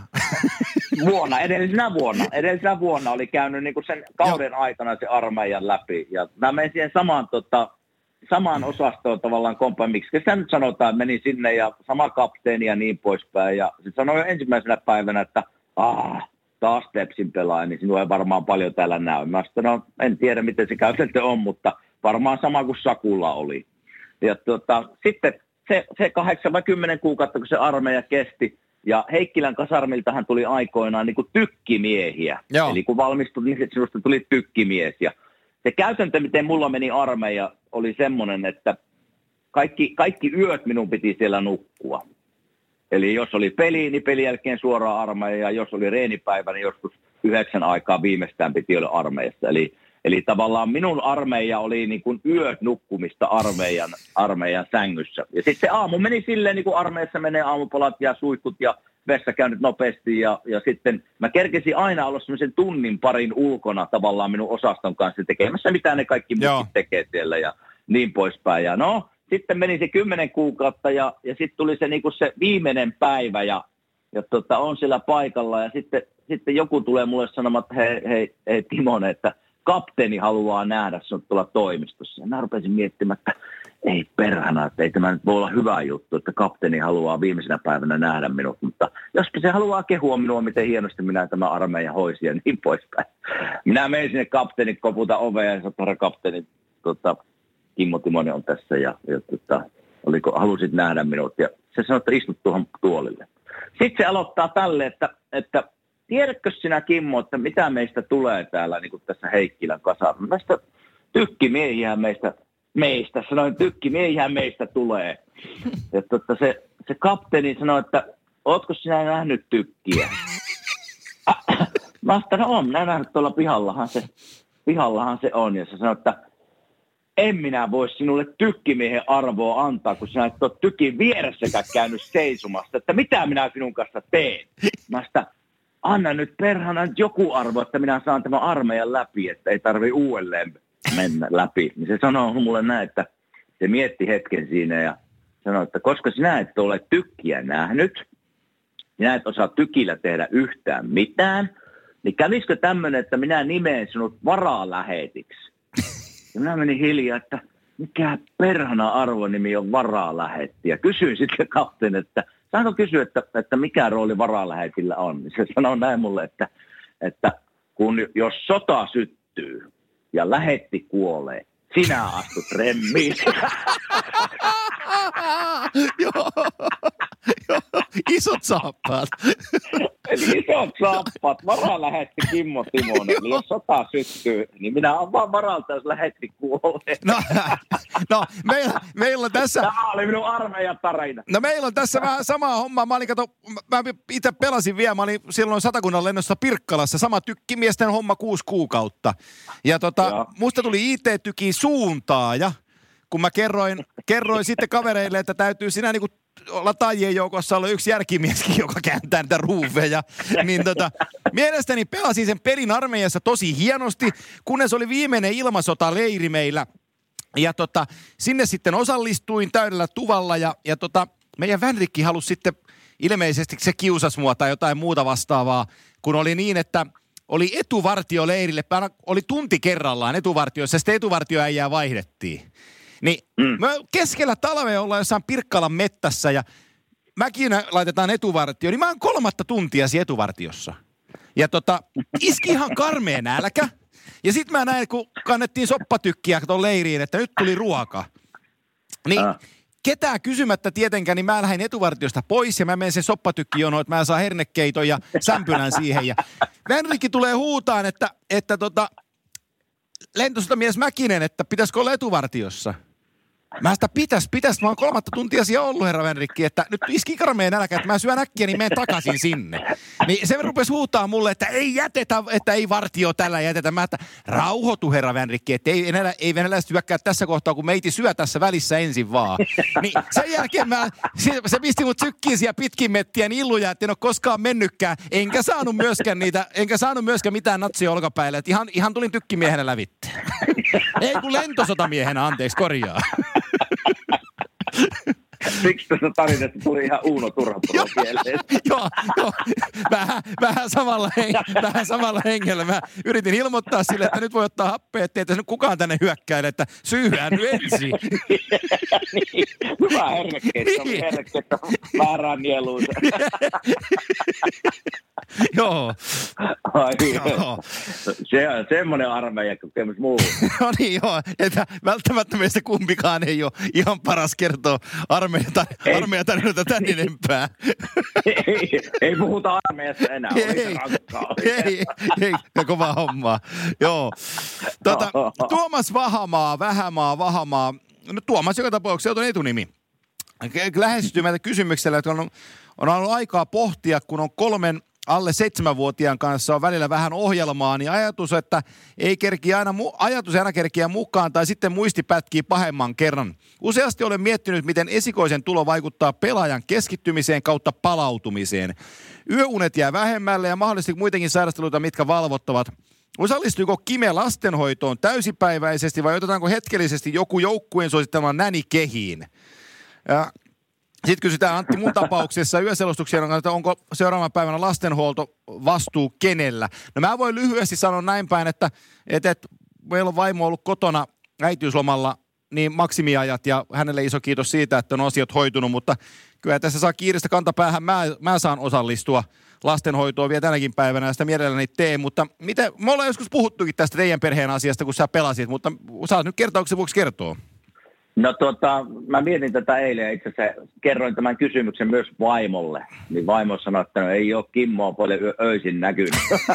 Edellisenä vuonna oli käynyt niin kuin sen kauden aikana se armeijan läpi. Ja mä menin siihen samaan osastoon tavallaan komppaniin. Miksi sitä nyt sanotaan, että menin sinne ja sama kapteeni ja niin poispäin. Ja sitten sanoi jo ensimmäisenä päivänä, että taas Tepsin pelaaja, niin sinua ei varmaan paljon täällä näy. Mä sanoin, en tiedä miten se käytäntö on, mutta varmaan sama kuin Sakulla oli. Ja sitten se 8 vai 10 kuukautta, kun se armeija kesti, ja Heikkilän kasarmiltahan tuli aikoinaan niin kuin tykkimiehiä. Joo. Eli kun valmistui, niin sinusta tuli tykkimies. Ja se käytäntö, miten mulla meni armeija, oli semmoinen, että kaikki yöt minun piti siellä nukkua. Eli jos oli peli, niin pelin jälkeen suoraan armeija, ja jos oli reenipäivä, niin joskus 9 aikaa viimeistään piti olla armeijassa. Eli tavallaan minun armeija oli niin kuin yöt nukkumista armeijan sängyssä. Ja sitten se aamu meni silleen, niin kuin armeijassa menee aamupalat ja suihkut ja vessakäynnit nopeasti. Ja sitten mä kerkesin aina olla semmoisen tunnin parin ulkona tavallaan minun osaston kanssa tekemässä, mitä ne kaikki muut tekee siellä ja niin poispäin. Ja no, sitten meni se 10 kuukautta ja sitten tuli se, niin kuin se viimeinen päivä ja on siellä paikalla. Ja sitten joku tulee mulle sanomaan, että hei Timonen, että kapteeni haluaa nähdä sinut tuolla toimistossa. Ja mä rupesin miettimään, että ei perhana, että ei tämä nyt voi olla hyvä juttu, että kapteeni haluaa viimeisenä päivänä nähdä minut. Mutta jospa se haluaa kehua minua, miten hienosti minä tämä armeijan hoisin ja niin poispäin. Minä menin sinne kapteenin, koputan oveen ja sanoin, että kapteeni, Kimmo Timonen on tässä ja halusit nähdä minut. Ja se sanoi, että istut tuohon tuolille. Sitten se aloittaa tälle, että tiedätkö sinä, Kimmo, että mitä meistä tulee täällä niin kuin tässä Heikkilän kasarmista? Tykkimiehiä tykkimiehiä meistä tulee. Ja se kapteeni sanoi, että ootko sinä nähnyt tykkiä? Mä sanoin, no on, minä nähnyt tuolla pihallahan se on. Ja se sanoi, että en minä voi sinulle tykkimiehen arvoa antaa, kun sinä et ole tykin vieressäkään käynyt seisomassa, että mitä minä sinun kanssa teen. Mä sanoin, anna nyt perhana joku arvo, että minä saan tämän armeijan läpi, että ei tarvitse uudelleen mennä läpi. Niin se sanoo mulle näin, että se mietti hetken siinä ja sanoi, että koska sinä et ole tykkiä nähnyt, sinä et osaa tykillä tehdä yhtään mitään, niin kävisikö tämmöinen, että minä nimeen sinut varalähetiksi? Ja minä menin hiljaa, että mikä perhana arvonimi on varalähetti. Ja kysyin sitten kapteen, että saanko kysyä, että mikä rooli varalähetillä on? Se sanoo näin mulle, että jos sota syttyy ja lähetti kuolee, sinä astut remmiin. Joo, isot saappaat. Eli isot saappaat. Vara lähetti Kimmo Timonen. Eli jos sota syttyy, niin minä olen vaan varalta, jos lähetti kuolee. No meillä on tässä... Tämä oli minun armeijan tarina. No meillä on tässä vähän samaa hommaa. Mä itse pelasin vielä. Mä olin silloin Satakunnan lennossa Pirkkalassa. Sama tykkimiesten homma 6 kuukautta. Ja musta tuli IT-tykin suuntaaja, kun mä kerroin sitten kavereille, että täytyy sinä niinku olla taajien joukossa olla yksi järkimieskin, joka kääntää niitä ruuveja. Niin mielestäni pelasin sen pelin armeijassa tosi hienosti, kunnes oli viimeinen ilmasotaleiri meillä. Ja sinne sitten osallistuin täydellä tuvalla ja meidän Vänrikki halusi sitten, ilmeisesti se kiusasi mua tai jotain muuta vastaavaa, kun oli niin, että oli etuvartioleirille, oli tunti kerrallaan etuvartioissa, sitten etuvartioäijää vaihdettiin. Niin me keskellä talvea ollaan jossain Pirkkalan mettässä ja mäkin laitetaan etuvartio, niin mä oon 3 tuntia siinä etuvartiossa. Ja iski ihan karmea nälkä. Ja sit mä näin, kun kannettiin soppatykkiä tuon leiriin, että nyt tuli ruoka. Niin ketään kysymättä tietenkään, niin mä lähdin etuvartiosta pois ja mä menen sen soppatykkijonoon, että mä saan hernekeiton ja sämpylän siihen. Ja Vänrikki tulee huutaan, että lentosotamies Mäkinen, että pitäisikö olla etuvartiossa. Mä sitä pitäis. Mä oon 3 tuntia siellä ollut, herra Vänrikki, että nyt iski karmeen nälkä, että mä syön äkkiä, niin menen takaisin sinne. Niin se rupesi huutaa mulle, että ei jätetä, että ei vartio tällä jätetä. Mä että rauhoitu, herra Vänrikki, että ei venäläiset hyökkää tässä kohtaa, kun meiti syö tässä välissä ensin vaan. Niin sen jälkeen se pisti mut sykkiin siellä pitkin mettiä niin illuja, että en ole koskaan mennytkään. Enkä saanut myöskään mitään natsia olkapäille, että ihan tulin tykkimiehenä lävitteen. Ei kun lentosotamiehenä, anteeksi, korjaa. Siksi tässä tarinasta tuli ihan Uuno Turhapuro mieleen. Joo. Vähän samalla hengellä. Mä yritin ilmoittaa sille, että nyt voi ottaa happea, ettei tässä nyt kukaan tänne hyökkäile, että syyhään nyt ensin. Niin. Hyvä hernekeitto, väärään nieluun. Joo. Se on semmoinen armeijan kokemus muu. No niin joo, että välttämättä meistä kumpikaan ei ole ihan paras kertoa armeijatarinoita tän enempää. Ei puhuta armeijasta enää, ei, kovaa hommaa. Joo. Tuomas Vahamaa. No Tuomas joka tapauksessa on etunimi. Lähestyy meiltä kysymyksellä, että on ollut aikaa pohtia, kun on 3 alle 7-vuotiaan kanssa on välillä vähän ohjelmaa, niin ajatus ei aina kerkiä mukaan tai sitten muisti pätkii pahemman kerran. Useasti olen miettinyt, miten esikoisen tulo vaikuttaa pelaajan keskittymiseen kautta palautumiseen. Yöunet jää vähemmälle ja mahdollisesti muitakin sairasteluita, mitkä valvottavat. Osallistuiko Kime lastenhoitoon täysipäiväisesti vai otetaanko hetkellisesti joku joukkueen suosittamaan nänikehiin? Sitten kysytään Antti mun tapauksessa yöselostuksia, että onko seuraavan päivänä lastenhuolto vastuu kenellä. No mä voin lyhyesti sanoa näin päin, että meillä on vaimo ollut kotona äitiyslomalla niin maksimiajat ja hänelle iso kiitos siitä, että on asiat hoitunut, mutta kyllä tässä saa kiireistä kantapäähän. Mä saan osallistua lastenhoitoon vielä tänäkin päivänä ja sitä mielelläni teen, mutta me ollaan joskus puhuttukin tästä teidän perheen asiasta, kun sä pelasit, mutta saat nyt kertauksen vuoksi kertoa. No mä mietin tätä eilen ja itse asiassa kerroin tämän kysymyksen myös vaimolle. Niin vaimo sanoi, että no, ei ole Kimmoa paljon öisin näkynyt.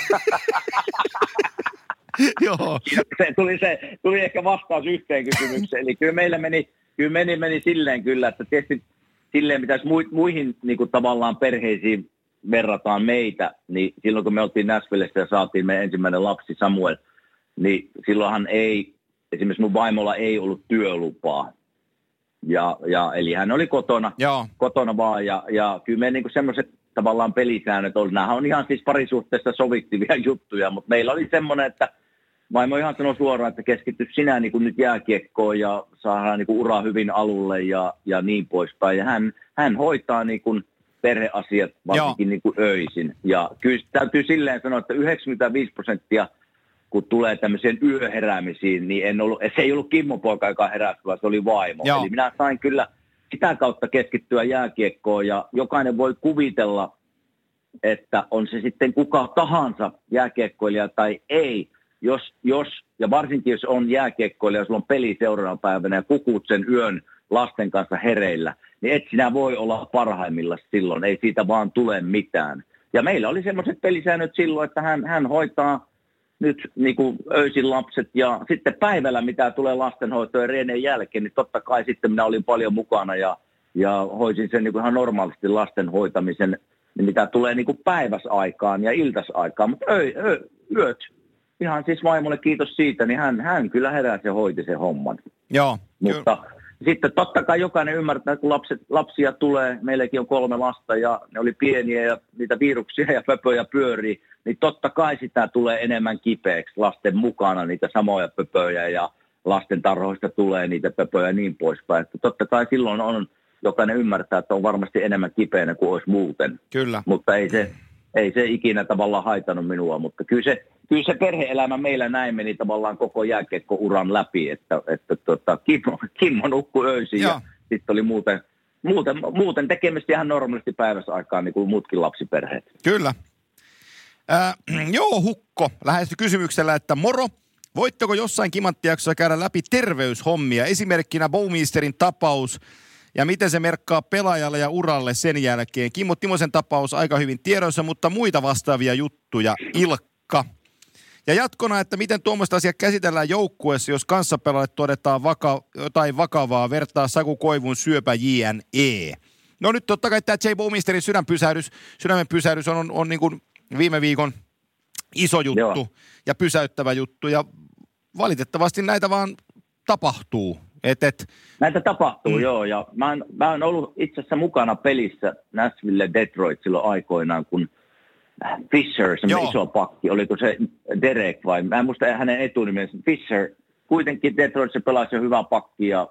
Joo. Tuli ehkä vastaus yhteen kysymykseen. Eli kyllä meillä meni silleen kyllä, että tietysti silleen mitäs muihin niin kuin tavallaan perheisiin verrataan meitä, niin silloin kun me oltiin Nashvillessä ja saatiin meidän ensimmäinen lapsi Samuel, niin silloinhan esimerkiksi mun vaimolla ei ollut työlupaa. Eli hän oli kotona vaan. Ja kyllä me niin semmoiset tavallaan pelisäännöt oli. Nämähän on ihan siis parisuhteessa sovittivia juttuja, mutta meillä oli semmoinen, että vaimo ihan sanoi suoraan, että keskity sinä niin kuin nyt jääkiekkoon ja saadaan niin kuin ura hyvin alulle ja niin poispäin. Ja hän hoitaa niin kuin perheasiat varsinkin niin kuin öisin. Ja kyllä täytyy silleen sanoa, että 95% kun tulee tämmöisiin yöheräämisiin, niin se ei ollut Kimmo poika, joka heräsi, vaan se oli vaimo. Joo. Eli minä sain kyllä sitä kautta keskittyä jääkiekkoon, ja jokainen voi kuvitella, että on se sitten kuka tahansa jääkiekkoilija tai ei, jos ja varsinkin jos on jääkiekkoilija, jos sulla on peli seuraavana päivänä ja kukut sen yön lasten kanssa hereillä, niin et sinä voi olla parhaimmillaan silloin, ei siitä vaan tule mitään. Ja meillä oli semmoiset pelisäännöt silloin, että hän hoitaa nyt niin kuin öisin lapset ja sitten päivällä, mitä tulee lastenhoitoon ja reenien jälkeen, niin totta kai sitten minä olin paljon mukana ja hoisin sen niin kuin ihan normaalisti lasten hoitamisen, niin mitä tulee niin kuin päiväsaikaan ja iltasaikaan, mutta yöt, ihan siis vaimolle kiitos siitä, niin hän kyllä heräsi ja hoiti sen homman. Joo. Mutta sitten totta kai jokainen ymmärtää, kun lapsia tulee, meilläkin on 3 lasta ja ne oli pieniä ja niitä viruksia ja pöpöjä pyörii, niin totta kai sitä tulee enemmän kipeäksi lasten mukana niitä samoja pöpöjä ja lasten tarhoista tulee niitä pöpöjä ja niin poispäin. Että totta kai silloin jokainen ymmärtää, että on varmasti enemmän kipeänä kuin olisi muuten. Kyllä. Mutta ei se ikinä tavallaan haitannut minua, mutta kyllä se perhe-elämä meillä näin meni tavallaan koko jääkiekkouran läpi, että Kimmo nukkui öisin ja sitten oli muuten tekemistä ihan normaalisti päiväsaikaan niin kuin muutkin lapsiperheet. Kyllä. Hukko lähestyi kysymyksellä, että moro, voitteko jossain Kimanttijaksossa käydä läpi terveyshommia, esimerkkinä Bouwmeesterin tapaus ja miten se merkkaa pelaajalle ja uralle sen jälkeen? Kimmo Timosen tapaus aika hyvin tiedossa, mutta muita vastaavia juttuja, Ilkka. Ja jatkona, että miten tuommoista asiaa käsitellään joukkueessa, jos kanssapelaajalle todetaan jotain vakavaa, vertaa Saku Koivun syöpä JNE. No nyt totta kai tämä J. Bouwmeesterin sydämen pysähdys on niin kuin viime viikon iso juttu ja pysäyttävä juttu. Ja valitettavasti näitä vaan tapahtuu. Näitä tapahtuu, joo. Ja mä oon ollut itse asiassa mukana pelissä Nashville Detroit silloin aikoinaan, kun Fisher, semmoinen iso pakki, oliko se Derek vai, mä en muista hänen etunimensä, Fisher, kuitenkin Detroit se pelasi jo hyvä pakki ja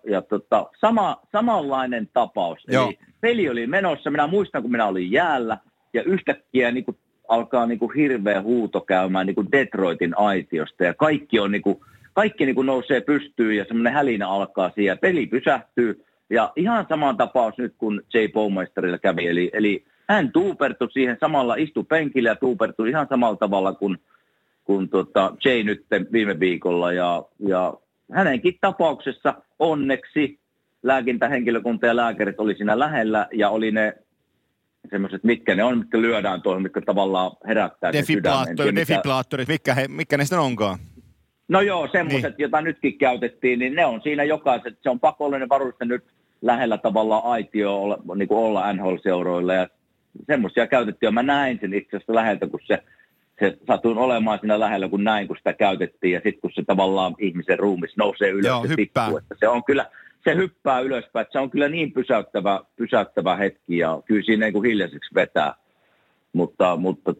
samanlainen tapaus. Joo. Eli peli oli menossa, minä muistan kun minä olin jäällä ja yhtäkkiä niin kuin alkaa niin kuin hirveä huuto käymään niin kuin Detroitin aitiosta ja kaikki nousee pystyyn ja semmoinen hälinä alkaa siihen. Peli pysähtyy ja ihan sama tapaus nyt kun J. Bouwmeesterillä kävi. Eli hän tuupertui siihen samalla, istui penkillä ja tuupertui ihan samalla tavalla kuin J. nyt viime viikolla. Ja hänenkin tapauksessa onneksi lääkintähenkilökunta ja lääkärit oli siinä lähellä ja oli ne semmoiset, mitkä ne on, mitkä lyödään tuohon, mitkä tavallaan herättää sen sydämen. Defibrillaattorit, mitkä ne sitten onkaan? No joo, semmoiset, joita nytkin käytettiin, niin ne on siinä jokaiset. Se on pakollinen varuste nyt lähellä tavallaan aitio niin kuin olla NHL-seuroilla. Ja semmoisia käytettiin, ja mä näin sen itse asiassa läheltä, kun se satuin olemaan siinä lähellä, kun näin, kun sitä käytettiin. Ja sitten kun se tavallaan ihmisen ruumis nousee ylös ja tippuu. Että se on kyllä, se hyppää ylöspäin, että se on kyllä niin pysäyttävä hetki, ja kyllä siinä niin kuin hiljaiseksi vetää. Mutta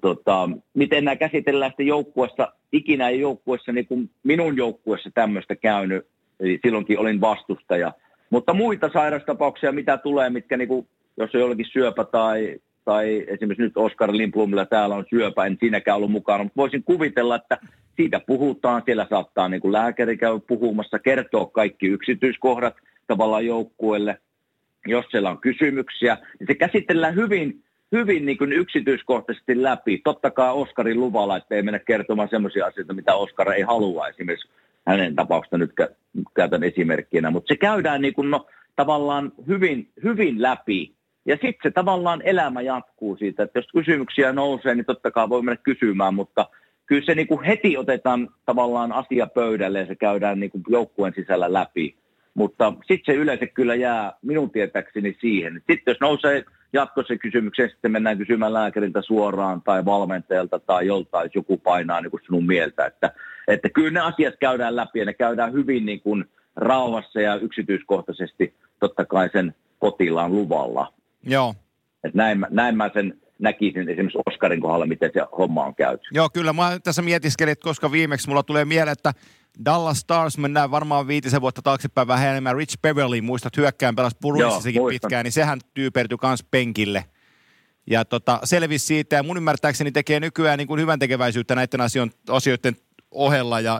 miten nämä käsitellään sitten joukkueessa, ikinä ei joukkueessa, niin kuin minun joukkueessa tämmöistä käynyt, eli silloinkin olin vastustaja. Mutta muita sairastapauksia, mitä tulee, mitkä niin kuin, jos on jollakin syöpä tai esimerkiksi nyt Oskar Lindblomilla täällä on syöpä, en siinäkään ollut mukana, mutta voisin kuvitella, että siitä puhutaan, siellä saattaa niin kuin lääkäri käydä puhumassa, kertoa kaikki yksityiskohdat tavallaan joukkueelle, jos siellä on kysymyksiä, niin se käsitellään hyvin niin kuin yksityiskohtaisesti läpi. Totta kai Oskarin luvalla, että ei mennä kertomaan semmoisia asioita, mitä Oskar ei halua. Esimerkiksi hänen tapauksesta nyt käytän esimerkkinä. Mutta se käydään niin kuin, tavallaan hyvin läpi. Ja sitten se tavallaan elämä jatkuu siitä, että jos kysymyksiä nousee, niin totta kai voi mennä kysymään. Mutta kyllä se niin kuin heti otetaan tavallaan asia pöydälle ja se käydään niin kuin joukkueen sisällä läpi. Mutta sitten se yleensä kyllä jää minun tietääkseni siihen. Sitten jos nousee jatkossa kysymykseen, sitten mennään kysymään lääkäriltä suoraan tai valmentajalta tai joltain, jos joku painaa niin kuin sinun mieltä. Että kyllä ne asiat käydään läpi ja ne käydään hyvin niin kuin rauhassa ja yksityiskohtaisesti totta kai sen potilaan luvalla. Joo. Että näin mä sen näkisin esimerkiksi Oskarin kohdalla, miten se homma on käyty. Joo, kyllä. Mä tässä mietiskelin, että koska viimeksi mulla tulee mieleen, että Dallas Stars mennään varmaan 5 vuotta taaksepäin vähän enemmän. Rich Beverly, muistat hyökkään pelasi Bruinsissakin pitkään, niin sehän tyypertyi kans penkille. Ja selvisi siitä, ja mun ymmärtääkseni tekee nykyään niin kuin hyvän tekeväisyyttä näiden asioiden ohella ja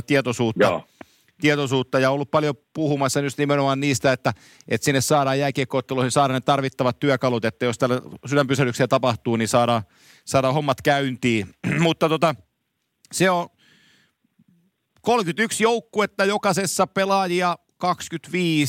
tietoisuutta ja ollut paljon puhumassa just nimenomaan niistä, että sinne saadaan jääkiekko-otteluihin, saadaan ne tarvittavat työkalut, että jos täällä sydänpysähdyksiä tapahtuu, niin saadaan hommat käyntiin. Mutta se on 31 joukkuetta, jokaisessa pelaajia 25,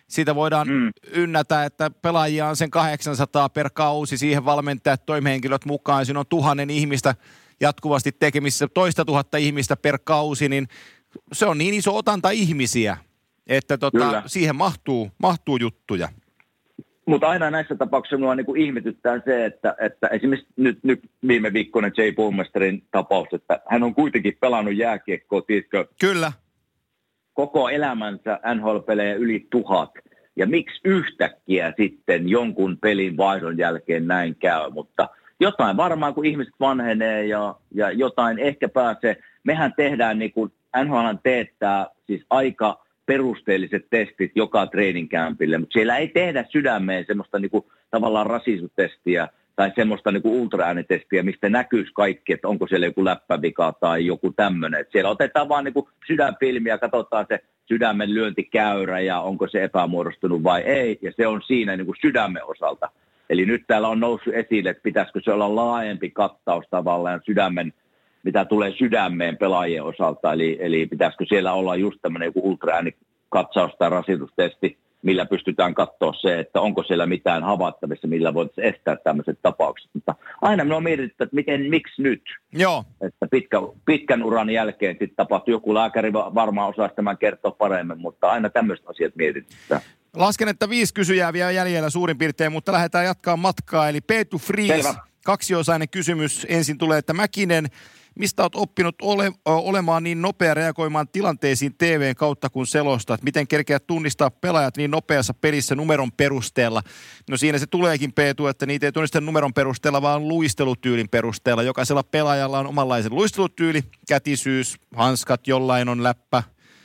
Siitä voidaan ynnätä, että pelaajia on sen 800 per kausi, siihen valmentajat, toimihenkilöt mukaan. Siinä on 1000 ihmistä jatkuvasti tekemissä, 200 ihmistä per kausi, niin se on niin iso otanta ihmisiä, että siihen mahtuu juttuja. Mutta aina näissä tapauksissa minua niin kuin ihmetyttää se, että esimerkiksi nyt viime viikkoinen Jay Bowmesterin tapaus, että hän on kuitenkin pelannut jääkiekkoa, tiedätkö? Kyllä. Koko elämänsä NHL-pelejä yli 1000. Ja miksi yhtäkkiä sitten jonkun pelin vaihdon jälkeen näin käy, mutta jotain varmaan, kun ihmiset vanhenee ja jotain ehkä pääsee. Mehän tehdään, niin kuin NHL teettää siis aika perusteelliset testit joka treeninkämpille, mutta siellä ei tehdä sydämeen semmoista niin kuin tavallaan rasisutestiä tai semmoista niin kuin ultraäänitestiä, mistä näkyisi kaikki, että onko siellä joku läppävika tai joku tämmöinen. Siellä otetaan vaan niin kuin sydänfilmiä ja katsotaan se sydämen lyöntikäyrä ja onko se epämuodostunut vai ei, ja se on siinä niin kuin sydämen osalta. Eli nyt täällä on noussut esille, että pitäisikö se olla laajempi kattaus tavallaan sydämen, mitä tulee sydämeen pelaajien osalta, eli pitäisikö siellä olla just tämmöinen joku ultraäänikatsaus tai rasitustesti, millä pystytään katsoa se, että onko siellä mitään havaittavissa, millä voitaisiin estää tämmöiset tapaukset. Mutta aina minua on mietitty, että miksi nyt? Joo. Että pitkän uran jälkeen sitten tapahtui. Joku lääkäri varmaan osaisi tämän kertoa paremmin, mutta aina tämmöiset asiat mietityttää. Lasken, että 5 kysyjää vielä jäljellä suurin piirtein, mutta lähdetään jatkaa matkaa. Eli Peetu Fries, kaksiosainen kysymys. Ensin tulee, että Mäkinen, mistä olet oppinut olemaan niin nopea reagoimaan tilanteisiin TVn kautta kuin selostat? Miten kerkeät tunnistaa pelaajat niin nopeassa pelissä numeron perusteella? No siinä se tuleekin, Peetu, että niitä ei tunnista numeron perusteella, vaan luistelutyylin perusteella. Jokaisella pelaajalla on omanlaisen luistelutyyli, kätisyys, hanskat, jollain on läppä,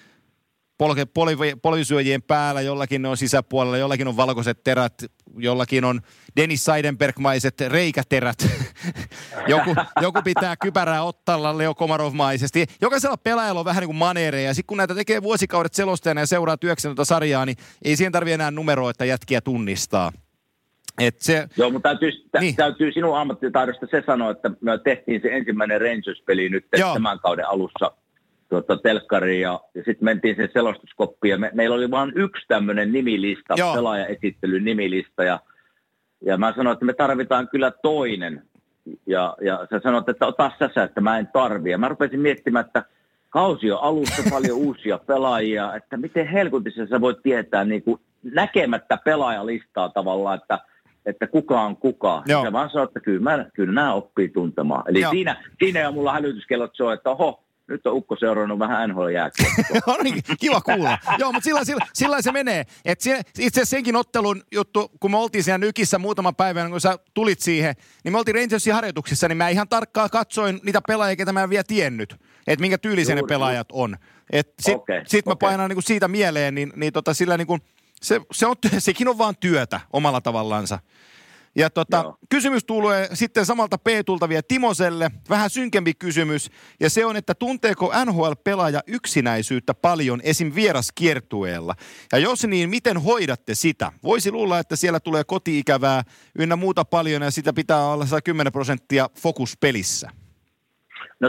polvisyöjien päällä, jollakin ne on sisäpuolella, jollakin on valkoiset terät, jollakin on Dennis Seidenberg-maiset reikäterät. joku pitää kypärää ottalla Leo Komarov-maisesti. Jokaisella pelaajalla on vähän niin kuin maneereja. Ja sitten kun näitä tekee vuosikaudet selostajana ja seuraa 9 sarjaa, niin ei siihen tarvitse enää numeroa, että jätkiä tunnistaa. Joo, mutta täytyy sinun ammattitaidosta se sanoa, että me tehtiin se ensimmäinen Rangers-peli nyt tämän kauden alussa telkkariin ja sitten mentiin sen selostuskoppiin ja meillä oli vain yksi tämmöinen nimilista, pelaajaesittelyn nimilista ja mä sanoin, että me tarvitaan kyllä toinen ja sä sanoit, että ota sä, että mä en tarvi ja mä rupesin miettimään, että kausi on alussa paljon uusia pelaajia, että miten helkutissa sä voit tietää niin kuin näkemättä pelaajalistaa tavallaan, että kuka on kuka. Ja vaan sanoin, että kyllä nämä oppii tuntemaan. Eli siinä jo mulla hälytyskellot soi, että nyt on Ukko seurannut vähän NHL-jääkiekkoa. No niin, kiva kuulla. Joo, mutta sillä se menee. Itse asiassa senkin ottelun juttu, kun me oltiin siinä Nykissä muutama päivä, kun sä tulit siihen, niin me oltiin Rangersin harjoituksissa, niin mä ihan tarkkaan katsoin niitä pelaajia, ketä mä en vielä tiennyt, että minkä tyylisiä ne pelaajat on. Sitten mä painan niinku siitä mieleen, niin sillä niinku, sekin on vaan työtä omalla tavallansa. Ja kysymys tulee sitten samalta Peetulta vielä Timoselle, vähän synkempi kysymys, ja se on, että tunteeko NHL-pelaaja yksinäisyyttä paljon esim. Vieraskiertueella? Ja jos niin, miten hoidatte sitä? Voisi luulla, että siellä tulee koti-ikävää ynnä muuta paljon, ja sitä pitää olla 10% fokus pelissä. No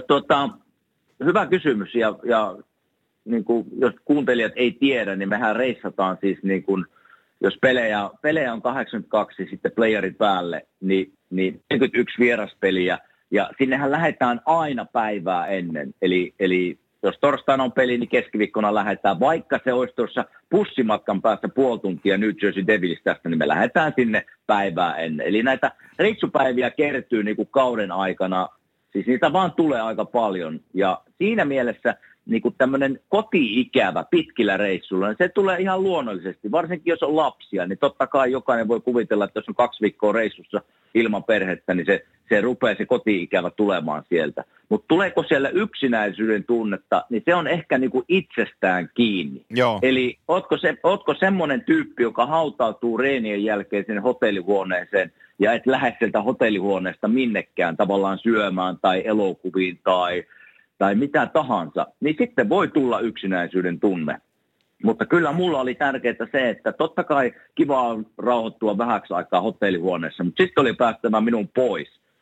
hyvä kysymys, ja niin kuin, jos kuuntelijat ei tiedä, niin mehän reissataan siis niin kuin jos pelejä on 82 sitten playerin päälle, niin 41 vieraspeliä, ja sinnehän lähdetään aina päivää ennen. Eli jos torstaina on peli, niin keskiviikkona lähdetään, vaikka se olisi tuossa bussimatkan päästä puoli tuntia New Jersey Devilistä, niin me lähdetään sinne päivää ennen. Eli näitä reissupäiviä kertyy niin kuin kauden aikana, siis niitä vaan tulee aika paljon, ja siinä mielessä niin kuin tämmöinen koti-ikävä pitkillä reissuilla, niin se tulee ihan luonnollisesti. Varsinkin jos on lapsia, niin totta kai jokainen voi kuvitella, että jos on 2 viikkoa reissussa ilman perhettä, niin se rupeaa se koti-ikävä tulemaan sieltä. Mutta tuleeko siellä yksinäisyyden tunnetta, niin se on ehkä niin kuin itsestään kiinni. Joo. Eli ootko semmoinen tyyppi, joka hautautuu reenien jälkeen sinne hotellihuoneeseen ja et lähde sieltä hotellihuoneesta minnekään tavallaan syömään tai elokuviin tai mitä tahansa, niin sitten voi tulla yksinäisyyden tunne. Mutta kyllä mulla oli tärkeää se, että totta kai kiva on rauhoittua vähäksi aikaa hotellihuoneessa, mutta sitten oli päästävä minun pois.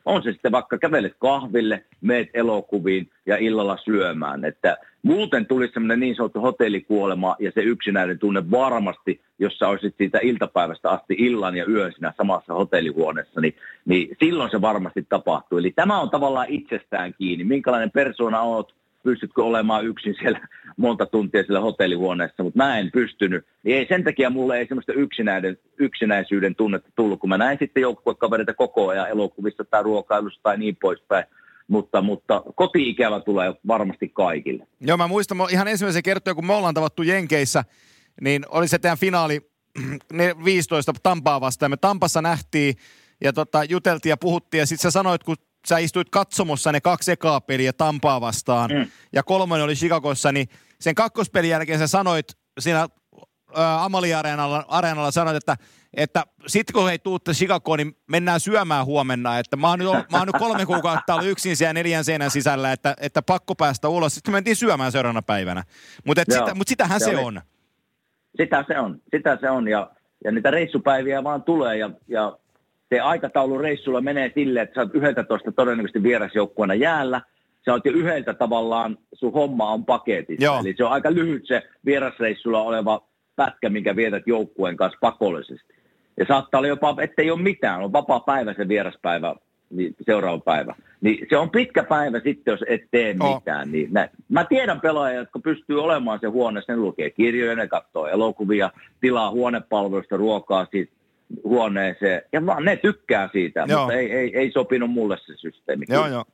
On se sitten vaikka kävelet kahville, meet elokuviin ja illalla syömään. Että muuten tulisi semmoinen niin sanottu hotellikuolema ja se yksinäinen tunne varmasti, jos sä olisit siitä iltapäivästä asti illan ja yön siinä samassa hotellihuoneessa, niin silloin se varmasti tapahtuu. Eli tämä on tavallaan itsestään kiinni. Minkälainen persoona oot? Pystytkö olemaan yksin siellä monta tuntia siellä hotellihuoneessa, mutta mä en pystynyt. Niin ei, sen takia mulle ei semmoista yksinäisyyden tunnetta tullut, kun mä näin sitten joukkuekavereita koko ajan elokuvissa tai ruokailussa tai niin poispäin. Mutta koti-ikävä tulee varmasti kaikille. Joo, mä muistan ihan ensimmäisen kertoja, kun me ollaan tavattu Jenkeissä, niin oli se teidän finaali 15 Tampaa vastaan. Me Tampassa nähtiin ja juteltiin ja puhuttiin ja sitten sä sanoit, kun sä istuit katsomossa ne 2 ekaa peliä Tampaa vastaan ja 3 oli Chicagossa, niin sen kakkospelin jälkeen sä sanoit siinä Amalie-areenalla sanoit, että sit kun hei tuutte Chicagoon, niin mennään syömään huomenna, että mä oon nyt 3 kuukautta ollut yksin siellä 4 seinän sisällä, että pakko päästä ulos. Sitten mentiin syömään seuraavana päivänä. Mutta sitähän se on. Sitä se on ja niitä reissupäiviä vaan tulee ja se aikataulu reissulla menee silleen, että sä oot 11 todennäköisesti vierasjoukkueena jäällä. Sä oot jo 1 tavallaan, sun homma on paketissa. Joo. Eli se on aika lyhyt se vierasreissulla oleva pätkä, minkä vietät joukkueen kanssa pakollisesti. Ja saattaa olla jopa, ettei ole mitään, on vapaa päivä se vieraspäivä, niin seuraava päivä. Niin se on pitkä päivä sitten, jos et tee mitään. Niin mä tiedän pelaajia, jotka pystyy olemaan se huoneessa, ne lukee kirjoja, ne katsoo elokuvia, tilaa huonepalvelusta ruokaa siitä huoneeseen, ja vaan ne tykkää siitä, mutta ei sopinut mulle se systeemi. Joo.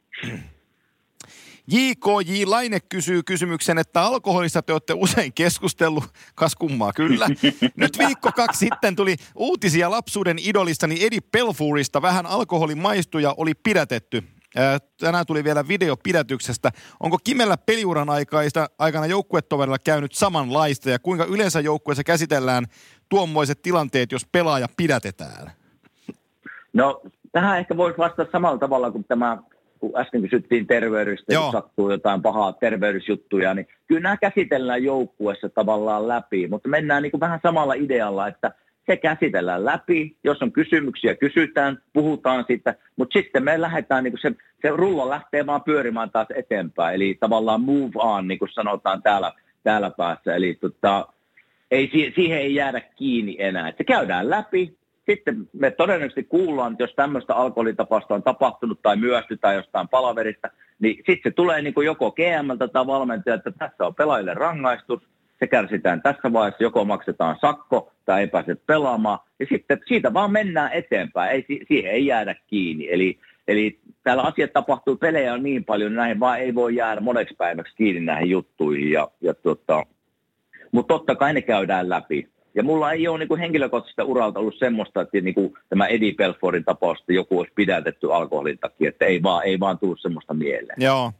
J.K.J. Laine kysyy kysymyksen, että alkoholista te olette usein keskustellut, kas kummaa kyllä. Nyt 1-2 sitten tuli uutisia lapsuuden idolistani Eddie Pelfourista, vähän alkoholin maistuja oli pidätetty. Tänään tuli vielä video pidätyksestä. Onko Kimellä peliuran aikana joukkuetoverilla käynyt samanlaista ja kuinka yleensä joukkueessa käsitellään tuommoiset tilanteet, jos pelaaja pidätetään? No, tähän ehkä voisi vastata samalla tavalla kuin kun äsken kysyttiin terveydestä, jos sattuu jotain pahaa terveydysjuttuja, niin kyllä nämä käsitellään joukkueessa tavallaan läpi, mutta mennään niin kuin vähän samalla idealla, että se käsitellään läpi, jos on kysymyksiä, kysytään, puhutaan siitä, mutta sitten me lähdetään, niin kuin se rulla lähtee vaan pyörimään taas eteenpäin, eli tavallaan move on, niin kuin sanotaan täällä päässä, eli siihen ei jäädä kiinni enää, että se käydään läpi. Sitten me todennäköisesti kuullaan, että jos tämmöistä alkoholitapausta on tapahtunut tai myöstytään jostain palaverista, niin sitten se tulee niin kuin joko GM:ltä tai valmentajalta, että tässä on pelaajille rangaistus, se kärsitään tässä vaiheessa, joko maksetaan sakko tai ei pääse pelaamaan, ja sitten siitä vaan mennään eteenpäin, siihen ei jäädä kiinni. Eli täällä asiat tapahtuu, pelejä on niin paljon, näihin vaan ei voi jäädä moneksi päiväksi kiinni näihin juttuihin, mutta totta kai ne käydään läpi. Ja mulla ei ole niin kuin henkilökohtaisesta uralta ollut semmoista, että niin kuin tämä Eddie Pelfourin tapaus, että joku olisi pidätetty alkoholin takia, että ei vaan tullut semmoista mieleen. Joo.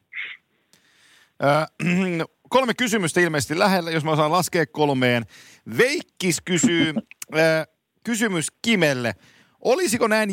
3 kysymystä ilmeisesti lähellä, jos mä osaan laskea 3. Veikkis kysyy, kysymys Kimelle. Olisitko näin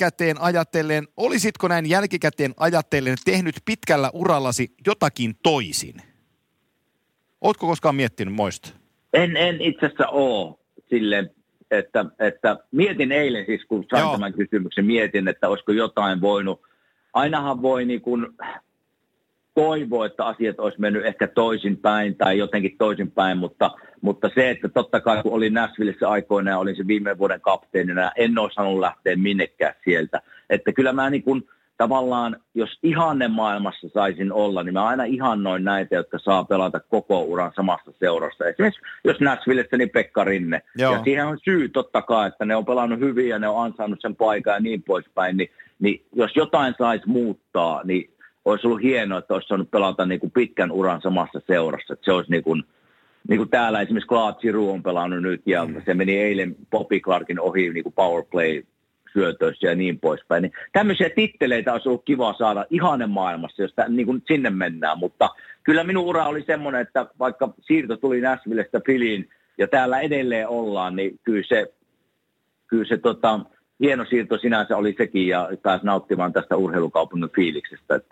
jälkikäteen ajatellen tehnyt pitkällä urallasi jotakin toisin? Ootko koskaan miettinyt moista? En itse asiassa ole silleen, että mietin eilen siis, kun sain tämän kysymyksen, mietin, että olisiko jotain voinut. Ainahan voi niin kuin toivoa, että asiat olisi mennyt ehkä toisinpäin tai jotenkin toisinpäin, mutta se, että totta kai kun olin Nashvillessä aikoinaan ja olin se viime vuoden kapteenina, en olisi halunnut lähteä minnekään sieltä. Että kyllä mä niin kuin tavallaan, jos ihanne maailmassa saisin olla, niin mä aina ihannoin näitä, jotka saa pelata koko uran samassa seurassa. Esimerkiksi jos Nashvillessä, niin Pekka Rinne. Joo. Ja siihen on syy totta kai, että ne on pelannut hyvin ja ne on ansainnut sen paikan ja niin poispäin. Niin jos jotain saisi muuttaa, niin olisi ollut hienoa, että olisi saanut pelata niin kuin pitkän uran samassa seurassa. Että se olisi niin kuin täällä esimerkiksi Claude Giroux on pelannut nyt ja se meni eilen Bobby Clarkin ohi niin kuin powerplay syötöissä ja niin poispäin. Niin tämmöisiä titteleitä olisi ollut kiva saada ihanen maailmassa, jos niin kuin sinne mennään, mutta kyllä minun ura oli semmoinen, että vaikka siirto tuli Nashvillestä Phillyyn ja täällä edelleen ollaan, niin kyllä se hieno siirto sinänsä oli sekin ja pääsi nauttimaan tästä urheilukaupungin fiiliksestä, että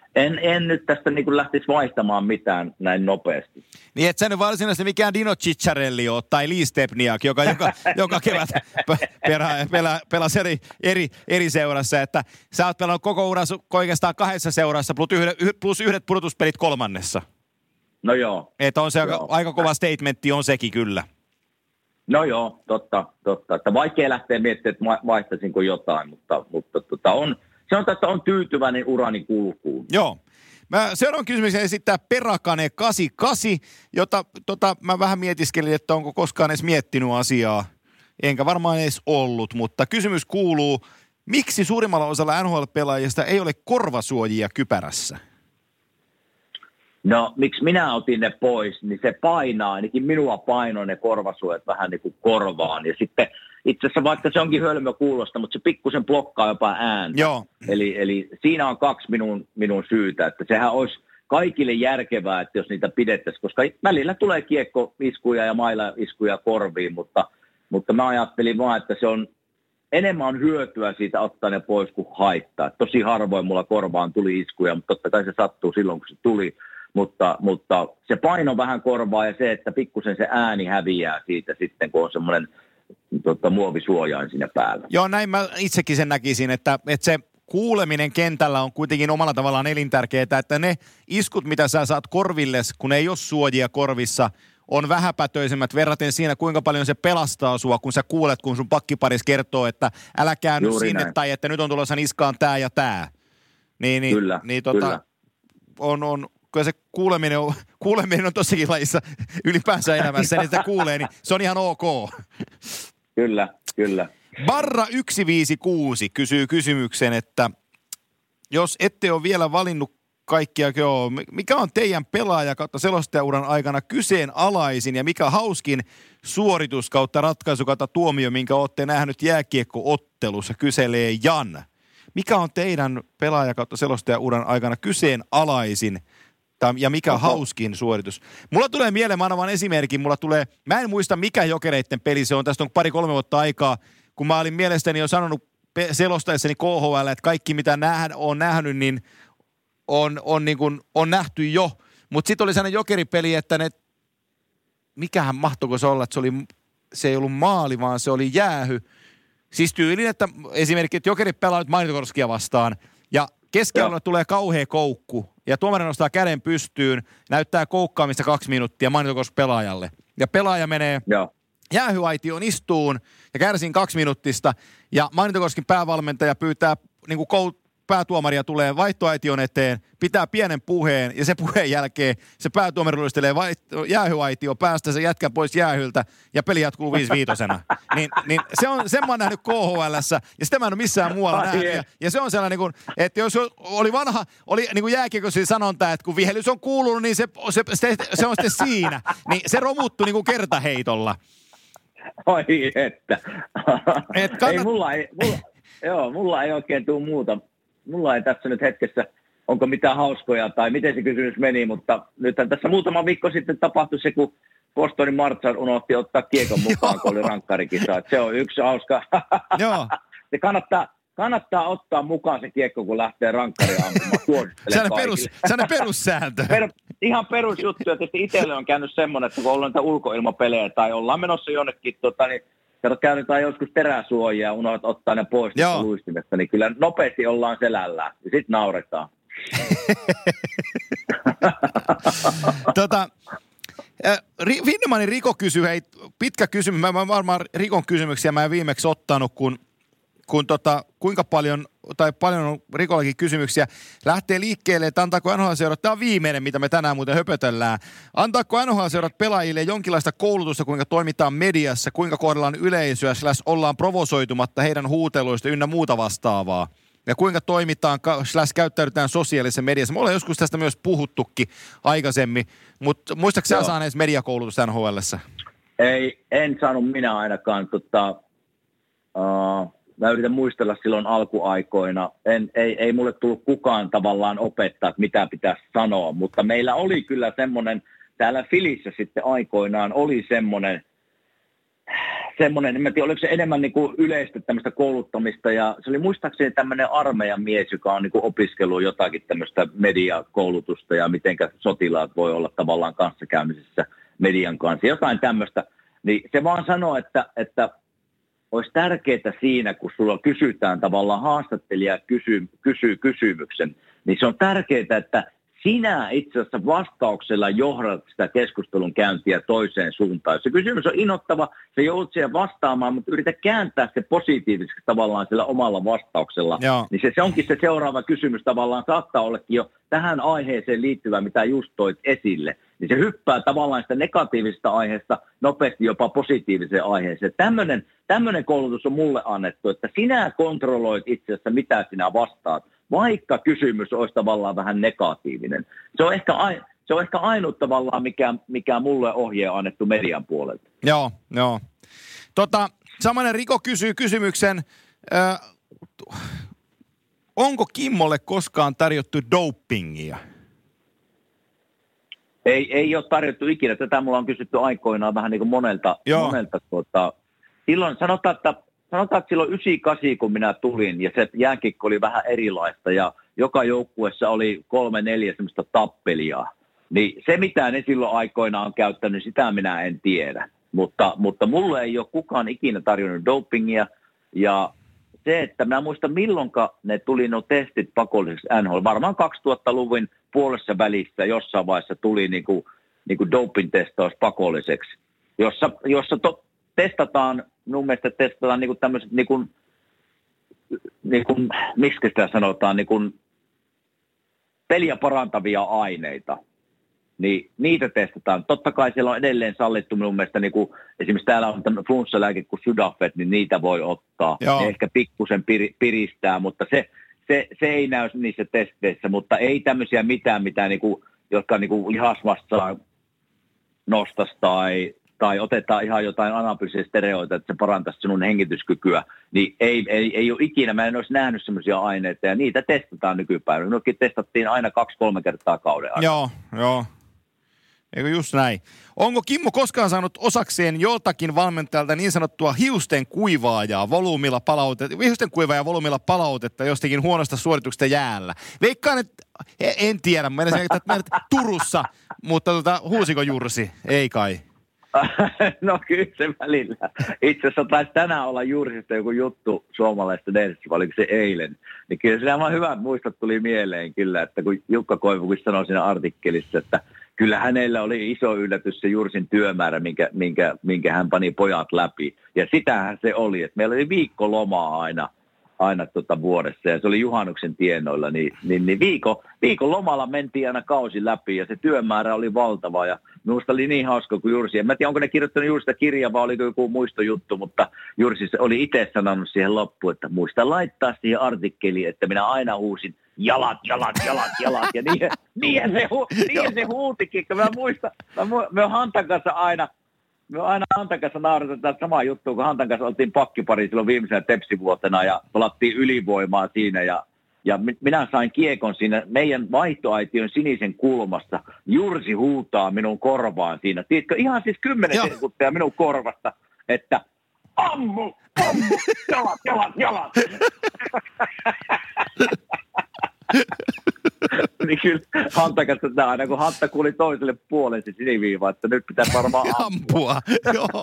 En nyt tästä niin kuin lähtisi vaihtamaan mitään näin nopeasti. Niin et sä nyt varsinaisesti mikään Dino Ciccarelli ole, tai Lee Stepniak, joka kevät pelasi eri seurassa, että sä oot pelannut koko urassa oikeastaan 2 seurassa, plus yhdet pudotuspelit 3. No joo. Että on se aika kova statementti on sekin kyllä. No joo, totta. Että vaikea lähteä miettimään, että vaihtaisinko jotain, mutta sanotaan, että on tyytyväinen urani kulkuun. Joo. Seuraavan kysymyksen esittää Perakane 88, jota mä vähän mietiskelin, että onko koskaan edes miettinyt asiaa. Enkä varmaan edes ollut, mutta kysymys kuuluu, miksi suurimmalla osalla NHL-pelaajista ei ole korvasuojia kypärässä? No, miksi minä otin ne pois, niin se painaa, ainakin minua painoi ne korvasuojat vähän niin kuin korvaan. Ja sitten itse asiassa vaikka se onkin hölmö kuulosta, mutta se pikkusen blokkaa jopa ääntä. Joo. Eli siinä on 2 minun syytä, että sehän olisi kaikille järkevää, että jos niitä pidettäisiin, koska välillä tulee kiekkoiskuja ja mailaiskuja korviin, mutta mä ajattelin vaan, että se on enemmän hyötyä siitä ottaa ne pois kuin haittaa. Tosi harvoin mulla korvaan tuli iskuja, mutta totta kai se sattuu silloin, kun se tuli. Mutta se paino vähän korvaa ja se, että pikkusen se ääni häviää siitä sitten, kun on semmoinen muovisuojain siinä päällä. Joo, näin mä itsekin sen näkisin, että se kuuleminen kentällä on kuitenkin omalla tavallaan elintärkeää, että ne iskut, mitä sä saat korvilles, kun ei ole suojia korvissa, on vähäpätöisemmät verraten siinä, kuinka paljon se pelastaa sua, kun sä kuulet, kun sun pakkiparis kertoo, että älä käänny juuri sinne näin. Tai että nyt on tulossa niskaan tää ja tää. Kyllä. Kyllä se kuuleminen on tossakin lajissa ylipäänsä elämässä, niin sitä kuulee, niin se on ihan ok. Kyllä. Barra 156 kysyy kysymyksen, että jos ette ole vielä valinnut kaikkia, mikä on teidän pelaaja kautta selostajauran aikana kyseenalaisin ja mikä hauskin suoritus kautta ratkaisu kautta tuomio, minkä olette nähnyt jääkiekko-ottelussa, kyselee Jan. Mikä on teidän pelaaja kautta selostajauran aikana kyseenalaisin ja mikä hauskin suoritus? Mulla tulee mieleen, mä annan vaan esimerkin, mä en muista mikä Jokereitten peli se on, tästä on 2-3 vuotta aikaa, kun mä olin mielestäni jo sanonut selostaessani KHL, että kaikki mitä on nähnyt, niin on nähty jo. Mutta sitten oli sellainen Jokeripeli, että mikähän mahtoiko se olla, että se ei ollut maali, vaan se oli jäähy. Siis tyylin, että esimerkiksi, että Jokerit pelaa nyt Magnitogorskia vastaan, ja keskialueelle tulee kauhea koukku, ja tuomari nostaa käden pystyyn, näyttää koukkaamista 2 minuuttia Magnitogorsk pelaajalle. Ja pelaaja menee jäähyaitioon istuun ja kärsin 2 minuuttista, ja Magnitogorskin päävalmentaja pyytää niin kuin päätuomaria tulee vaihtoaition eteen, pitää pienen puheen ja se puheen jälkeen se päätuomari luistelee jäähyaitio päästä se jätkä pois jäähyltä ja peli jatkuu 5-5. niin se on sen mä oon nähnyt KHL:ssä ja sitä mä en ole missään muualla nähnyt. Ja se on sellainen, että jos oli niin kuin jääkiekossa sanonta, että kun vihelys on kuulunut, niin se on sitten siinä. Niin se romuttui niin kuin kertaheitolla. Oi että. Mulla ei oikein tule muuta. Mulla ei tässä nyt hetkessä, onko mitään hauskoja tai miten se kysymys meni, mutta nythän tässä muutama viikko sitten tapahtui se, kun Bostonin Marchand unohti ottaa kiekon mukaan, kun oli rankkarikisa. Se on yksi hauska. Joo. Se kannattaa ottaa mukaan se kiekko, kun lähtee rankkariin ampumaan. Sellainen perussääntö. Ihan perusjuttu. Ja tietysti itselle on käynyt semmoinen, että kun ollaan ilmailmapelejä tai ollaan menossa jonnekin, niin käytetään joskus teräsuojia ja unohdat ottaa ne pois luistimesta, niin kyllä nopeasti ollaan selällään ja sitten nauretaan. Finnemanin Riko kysyy, pitkä kysymys, mä varmaan Rikon kysymyksiä mä en viimeksi ottanut, kuinka paljon on Rikollakin kysymyksiä, lähtee liikkeelle, että antaako NHL-seurat, tämä on viimeinen, mitä me tänään muuten höpötellään, antaako NHL-seurat pelaajille jonkinlaista koulutusta, kuinka toimitaan mediassa, kuinka kohdellaan yleisöä, ollaan provosoitumatta heidän huuteluista ynnä muuta vastaavaa, ja kuinka toimitaan, käyttäydytään sosiaalisessa mediassa. Me ollaan joskus tästä myös puhuttukin aikaisemmin, mutta muistatko sä saaneet mediakoulutusta NHL:ssä? En saanut minä ainakaan, mä yritän muistella silloin alkuaikoina. Ei mulle tullut kukaan tavallaan opettaa, että mitä pitäisi sanoa, mutta meillä oli kyllä semmoinen, täällä Filissä sitten aikoinaan oli semmoinen semmoinen, en tiedä, oliko se enemmän niin kuin yleistä tämmöistä kouluttamista, ja se oli muistaakseni tämmöinen armeijan mies, joka on niin kuin opiskellut jotakin tämmöistä mediakoulutusta, ja mitenkä sotilaat voi olla tavallaan kanssakäymisessä median kanssa, jotain tämmöistä. Niin se vaan sanoo, että olisi tärkeää siinä, kun sulla kysytään tavallaan haastattelija kysyy kysymyksen, niin se on tärkeää, että sinä itse asiassa vastauksella johdat sitä keskustelun käyntiä toiseen suuntaan. Jos se kysymys on innoittava, se joudut siihen vastaamaan, mutta yritä kääntää se positiivisesti tavallaan sillä omalla vastauksella. Joo. Niin se onkin se seuraava kysymys tavallaan, saattaa ollakin jo tähän aiheeseen liittyvä, mitä just toit esille. Niin se hyppää tavallaan sitä negatiivisesta aiheesta nopeasti jopa positiiviseen aiheeseen. Tämmöinen koulutus on mulle annettu, että sinä kontrolloit itse asiassa, mitä sinä vastaat, vaikka kysymys olisi tavallaan vähän negatiivinen. Se on ehkä ainut tavallaan, mikä mulle ohje on annettu median puolelta. Joo. Samainen Riko kysyy kysymyksen, onko Kimmolle koskaan tarjottu dopingia? Ei ole tarjottu ikinä. Tätä mulla on kysytty aikoinaan vähän niin kuin monelta. Silloin sanotaan, että silloin 98, kun minä tulin, ja se jääkiekko oli vähän erilaista, ja joka joukkueessa oli 3-4 semmoista tappelia. Niin se, mitä ne silloin aikoinaan on käyttänyt, sitä minä en tiedä. Mutta mulle ei ole kukaan ikinä tarjonnut dopingia, ja se, että minä muistan milloinka ne tuli nuo testit pakolliseksi NHL, varmaan 2000-luvun puolessa välissä jossain vaiheessa tuli niin kuin doping-testaus pakolliseksi, jossa testataan, mun mielestä testataan niin kuin tämmöiset, niin kuin, miksi sitä sanotaan, niin kuin peliä parantavia aineita. Niin niitä testataan. Totta kai siellä on edelleen sallittu minun mielestä, niin kuin, esimerkiksi täällä on tämmöinen flunssalääke kuin Sudafed, niin niitä voi ottaa. Ne ehkä pikkusen piristää, mutta se ei näy niissä testeissä, mutta ei tämmöisiä mitään, jotka niin lihasmassaa nostaisi tai otetaan ihan jotain anabylisiä stereoita, että se parantaisi sinun hengityskykyä, niin ei ole ikinä, mä en olisi nähnyt semmoisia aineita, ja niitä testataan nykypäivänä. Minunkin testattiin aina 2-3 kertaa kauden aikana. Joo. Eikö just näin? Onko Kimmo koskaan saanut osakseen joltakin valmentajalta niin sanottua hiusten kuivaajaa volyymilla palautetta jostakin huonosta suorituksesta jäällä? Veikkaan, että en tiedä, menet Turussa, mutta huusiko Jursi? Ei kai. No kyllä se välillä. Itse asiassa taisi tänään olla Jursista joku juttu suomalaisesta lehdessä, vai oliko se eilen. Niin kyllä siinä vaan hyvät muistot tuli mieleen kyllä, että kun Jukka Koivukin sanoi siinä artikkelissa, että kyllä hänellä oli iso yllätys se Jursin työmäärä, minkä hän pani pojat läpi. Ja sitähän se oli, että meillä oli viikko lomaa aina vuodessa, ja se oli juhannuksen tienoilla, niin viikon lomalla mentiin aina kausi läpi, ja se työmäärä oli valtava, ja minusta oli niin hauska kuin Jursi. En mä tiedä, onko ne kirjoittanut Jursista kirjaa, vai oliko joku muistojuttu, mutta Jursi oli itse sanonut siihen loppuun, että muista laittaa siihen artikkeliin, että minä aina huusin jalat, ja niin se huutikin, kun mä muistan, me on Hantan kanssa aina nauretetaan samaa juttua, kun Hantan kanssa oltiin pakkipari silloin viimeisenä tepsivuotena ja pelattiin ylivoimaa siinä ja minä sain kiekon siinä meidän vaihtoaition sinisen kulmassa. Jursi huutaa minun korvaan siinä. Tiedätkö, ihan siis 10 sekuntia minun korvasta, että ammu, jalat. Niin kyllä Hantan kanssa aina, kun Hantta kuuli toiselle puolelle se siniviiva, että nyt pitää varmaan ampua. Joo.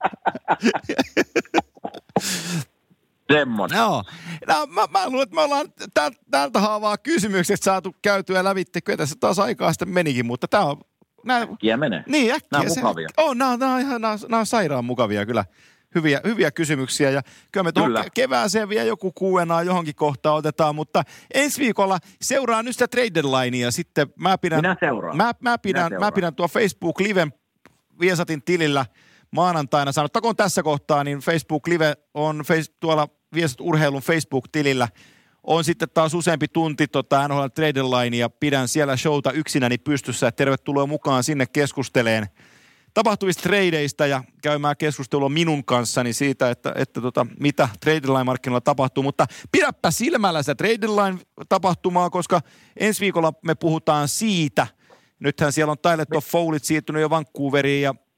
Semmoinen. Joo. No, mä luulen, että me ollaan tältä haavaa kysymyksestä saatu käytyä lävitse. Kyllä tässä taas aikaa sitten menikin, mutta tää on... Äkkiä menee. Niin, äkkiä. Nämä on mukavia. Nämä on sairaan mukavia kyllä. Hyviä kysymyksiä, ja kyllä me tuohon kevääseen vielä joku Q&A johonkin kohtaan otetaan, mutta ensi viikolla seuraan nyt sitä trade deadlinea, sitten mä pidän tuo Facebook Liven Viasatin tilillä maanantaina, sanottakoon tässä kohtaa, niin Facebook Live on tuolla Viasat Urheilun Facebook-tilillä, on sitten taas useampi tunti NHL trade deadlinea, ja pidän siellä showta yksinäni pystyssä, että tervetuloa mukaan sinne keskusteleen tapahtuvista tradeista ja käymään keskustelua minun kanssani siitä, että mitä trade deadline-markkinoilla tapahtuu. Mutta pidäpä silmällä sitä trade deadline-tapahtumaa, koska ensi viikolla me puhutaan siitä. Nythän siellä on Tyler Toffoulit siirtynyt jo Vancouveriin ja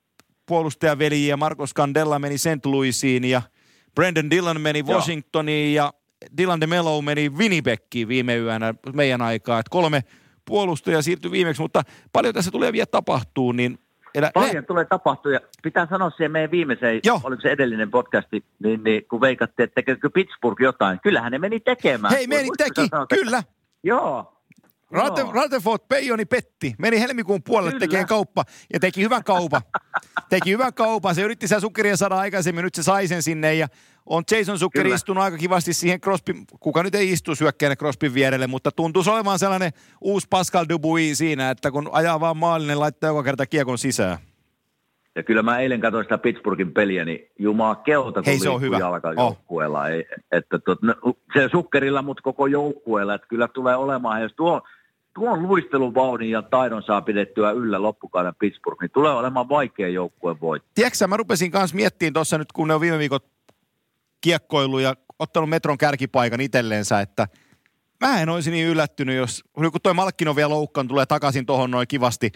puolustajaveljiä. Marcos Candela meni St. Louisiin ja Brendan Dillon meni Washingtoniin ja Dylan DeMelo meni Winnipegkiin viime yönä meidän aikaa. Et 3 puolustajaa siirtyi viimeksi, mutta paljon tässä tulee vielä tapahtuu, niin paljon tulee tapahtua, ja pitää sanoa siihen meidän viimeiseen, oliko se edellinen podcasti, niin kun veikattiin, että tekeekö Pittsburgh jotain. Kyllähän ne meni tekemään. Hei, teki, kyllä. Joo. Rutherford Peijoni petti. Meni helmikuun puolelle tekemään kauppa ja teki hyvän kaupan. Se yritti sitä Zuckeria saada aikaisemmin, nyt se sai sen sinne ja on Jason Zucker istunut aika kivasti siihen Crosby, kuka nyt ei istu syökkäinen Crosbyn vierelle, mutta tuntuisi olevan sellainen uusi Pascal Dubuis siinä, että kun ajaa vaan maalinen, laittaa joka kerta kiekon sisään. Ja kyllä mä eilen katsoin sitä Pittsburghin peliä, niin jumakeuta, kun liikkuu jalkajoukkueella. Se Zuckerilla, mutta koko joukkueella, että kyllä tulee olemaan, jos tuon luisteluvauhdin ja taidon saa pidettyä yllä loppukauden Pittsburgh, niin tulee olemaan vaikea joukkueen voittaa. Tiedätkö, mä rupesin kanssa miettimään tuossa nyt, kun ne on viime viikon kiekkoilu ja ottanut metron kärkipaikan itselleensä, että mä en olisi niin yllättynyt, jos kun toi Malkkin vielä loukkaan, tulee takaisin tohon noin kivasti,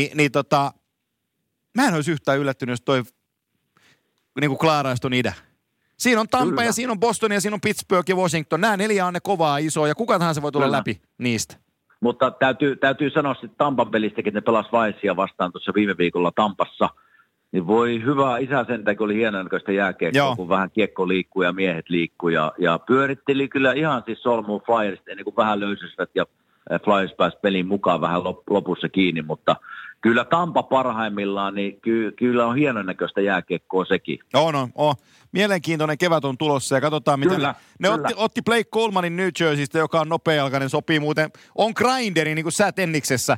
mä en olisi yhtään yllättynyt, jos toi niin kuin klaaraisi ton idä. Siinä on Tampa ja siinä on Boston ja siinä on Pittsburgh ja Washington. Nämä 4 on ne kovaa isoa ja kuka tahansa voi tulla läpi niistä. Mutta täytyy sanoa sitten Tampan pelistäkin, että ne pelasi Viceia vastaan tuossa viime viikolla Tampassa. Niin voi hyvä isä sentään, kun oli hienonäköistä jääkiekkoa, kun vähän kiekko liikkuu ja miehet liikkuu. Ja pyöritteli kyllä ihan siis solmuun Flyerista ennen kuin vähän löysisivät ja Flyers pääsi pelin mukaan vähän lopussa kiinni. Mutta kyllä Tampa parhaimmillaan, niin kyllä on hienonäköistä jääkiekkoa sekin. On. Mielenkiintoinen kevät on tulossa ja katsotaan, mitä ne otti Blake Colemanin New Jerseystä, joka on nopeajalkainen, sopii muuten, on grinderi, niin kuin sä tenniksessä.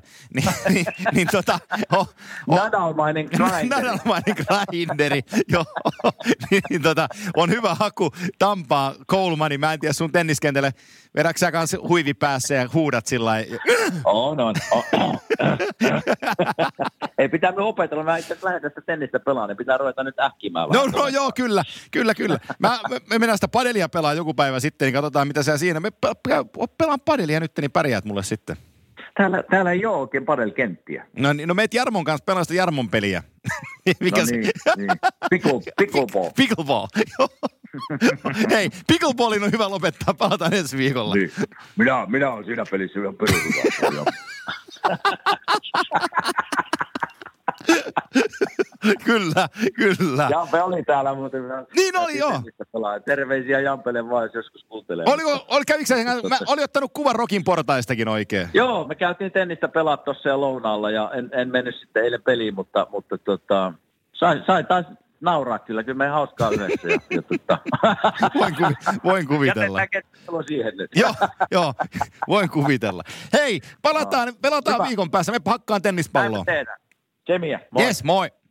Nadalmainen grinderi, joo. On hyvä haku Tampaa Colemani, mä en tiedä sun tenniskentälle, vedätkö sä kanssa huivi päässä ja huudat sillä lailla? On. Ei pitää me opetella, mä itse lähden tästä tennistä pelaan, niin pitää ruveta nyt ähkimään. No joo, kyllä. Me mennään sitä padelia pelaa joku päivä sitten, niin katsotaan mitä sä siinä. Me pelaan padelia nyt, niin pärjäät mulle sitten. Täällä ei ole oikein padelkenttiä. No meet Jarmon kanssa pelaa sitä Jarmon peliä. Mikä niin. Pickleball. Pickleball, joo. Hei, pickleballin on hyvä lopettaa, palataan ensi viikolla. Niin. Minä olen siinä pelissä hyvän perustutaan. Kyllä. Jampe oli täällä muuten. Niin oli, joo. Terveisiä Jampelle vaan, jos joskus kuuntelee. Mä olin ottanut kuvan Rokin portaistakin oikein. Joo, me käytiin tennistä pelaa tuossa ja lounaalla ja en mennyt sitten eilen peliin, mutta sai taas nauraa kyllä me hauskaa yhdessä. Voin kuvitella. Jätetään keskustelua siihen nyt. Joo, voin kuvitella. Hei, pelataan viikon päässä, me hakkaan tennispalloa. Näin me tehdään. Tsemiä, moi. Yes, moi.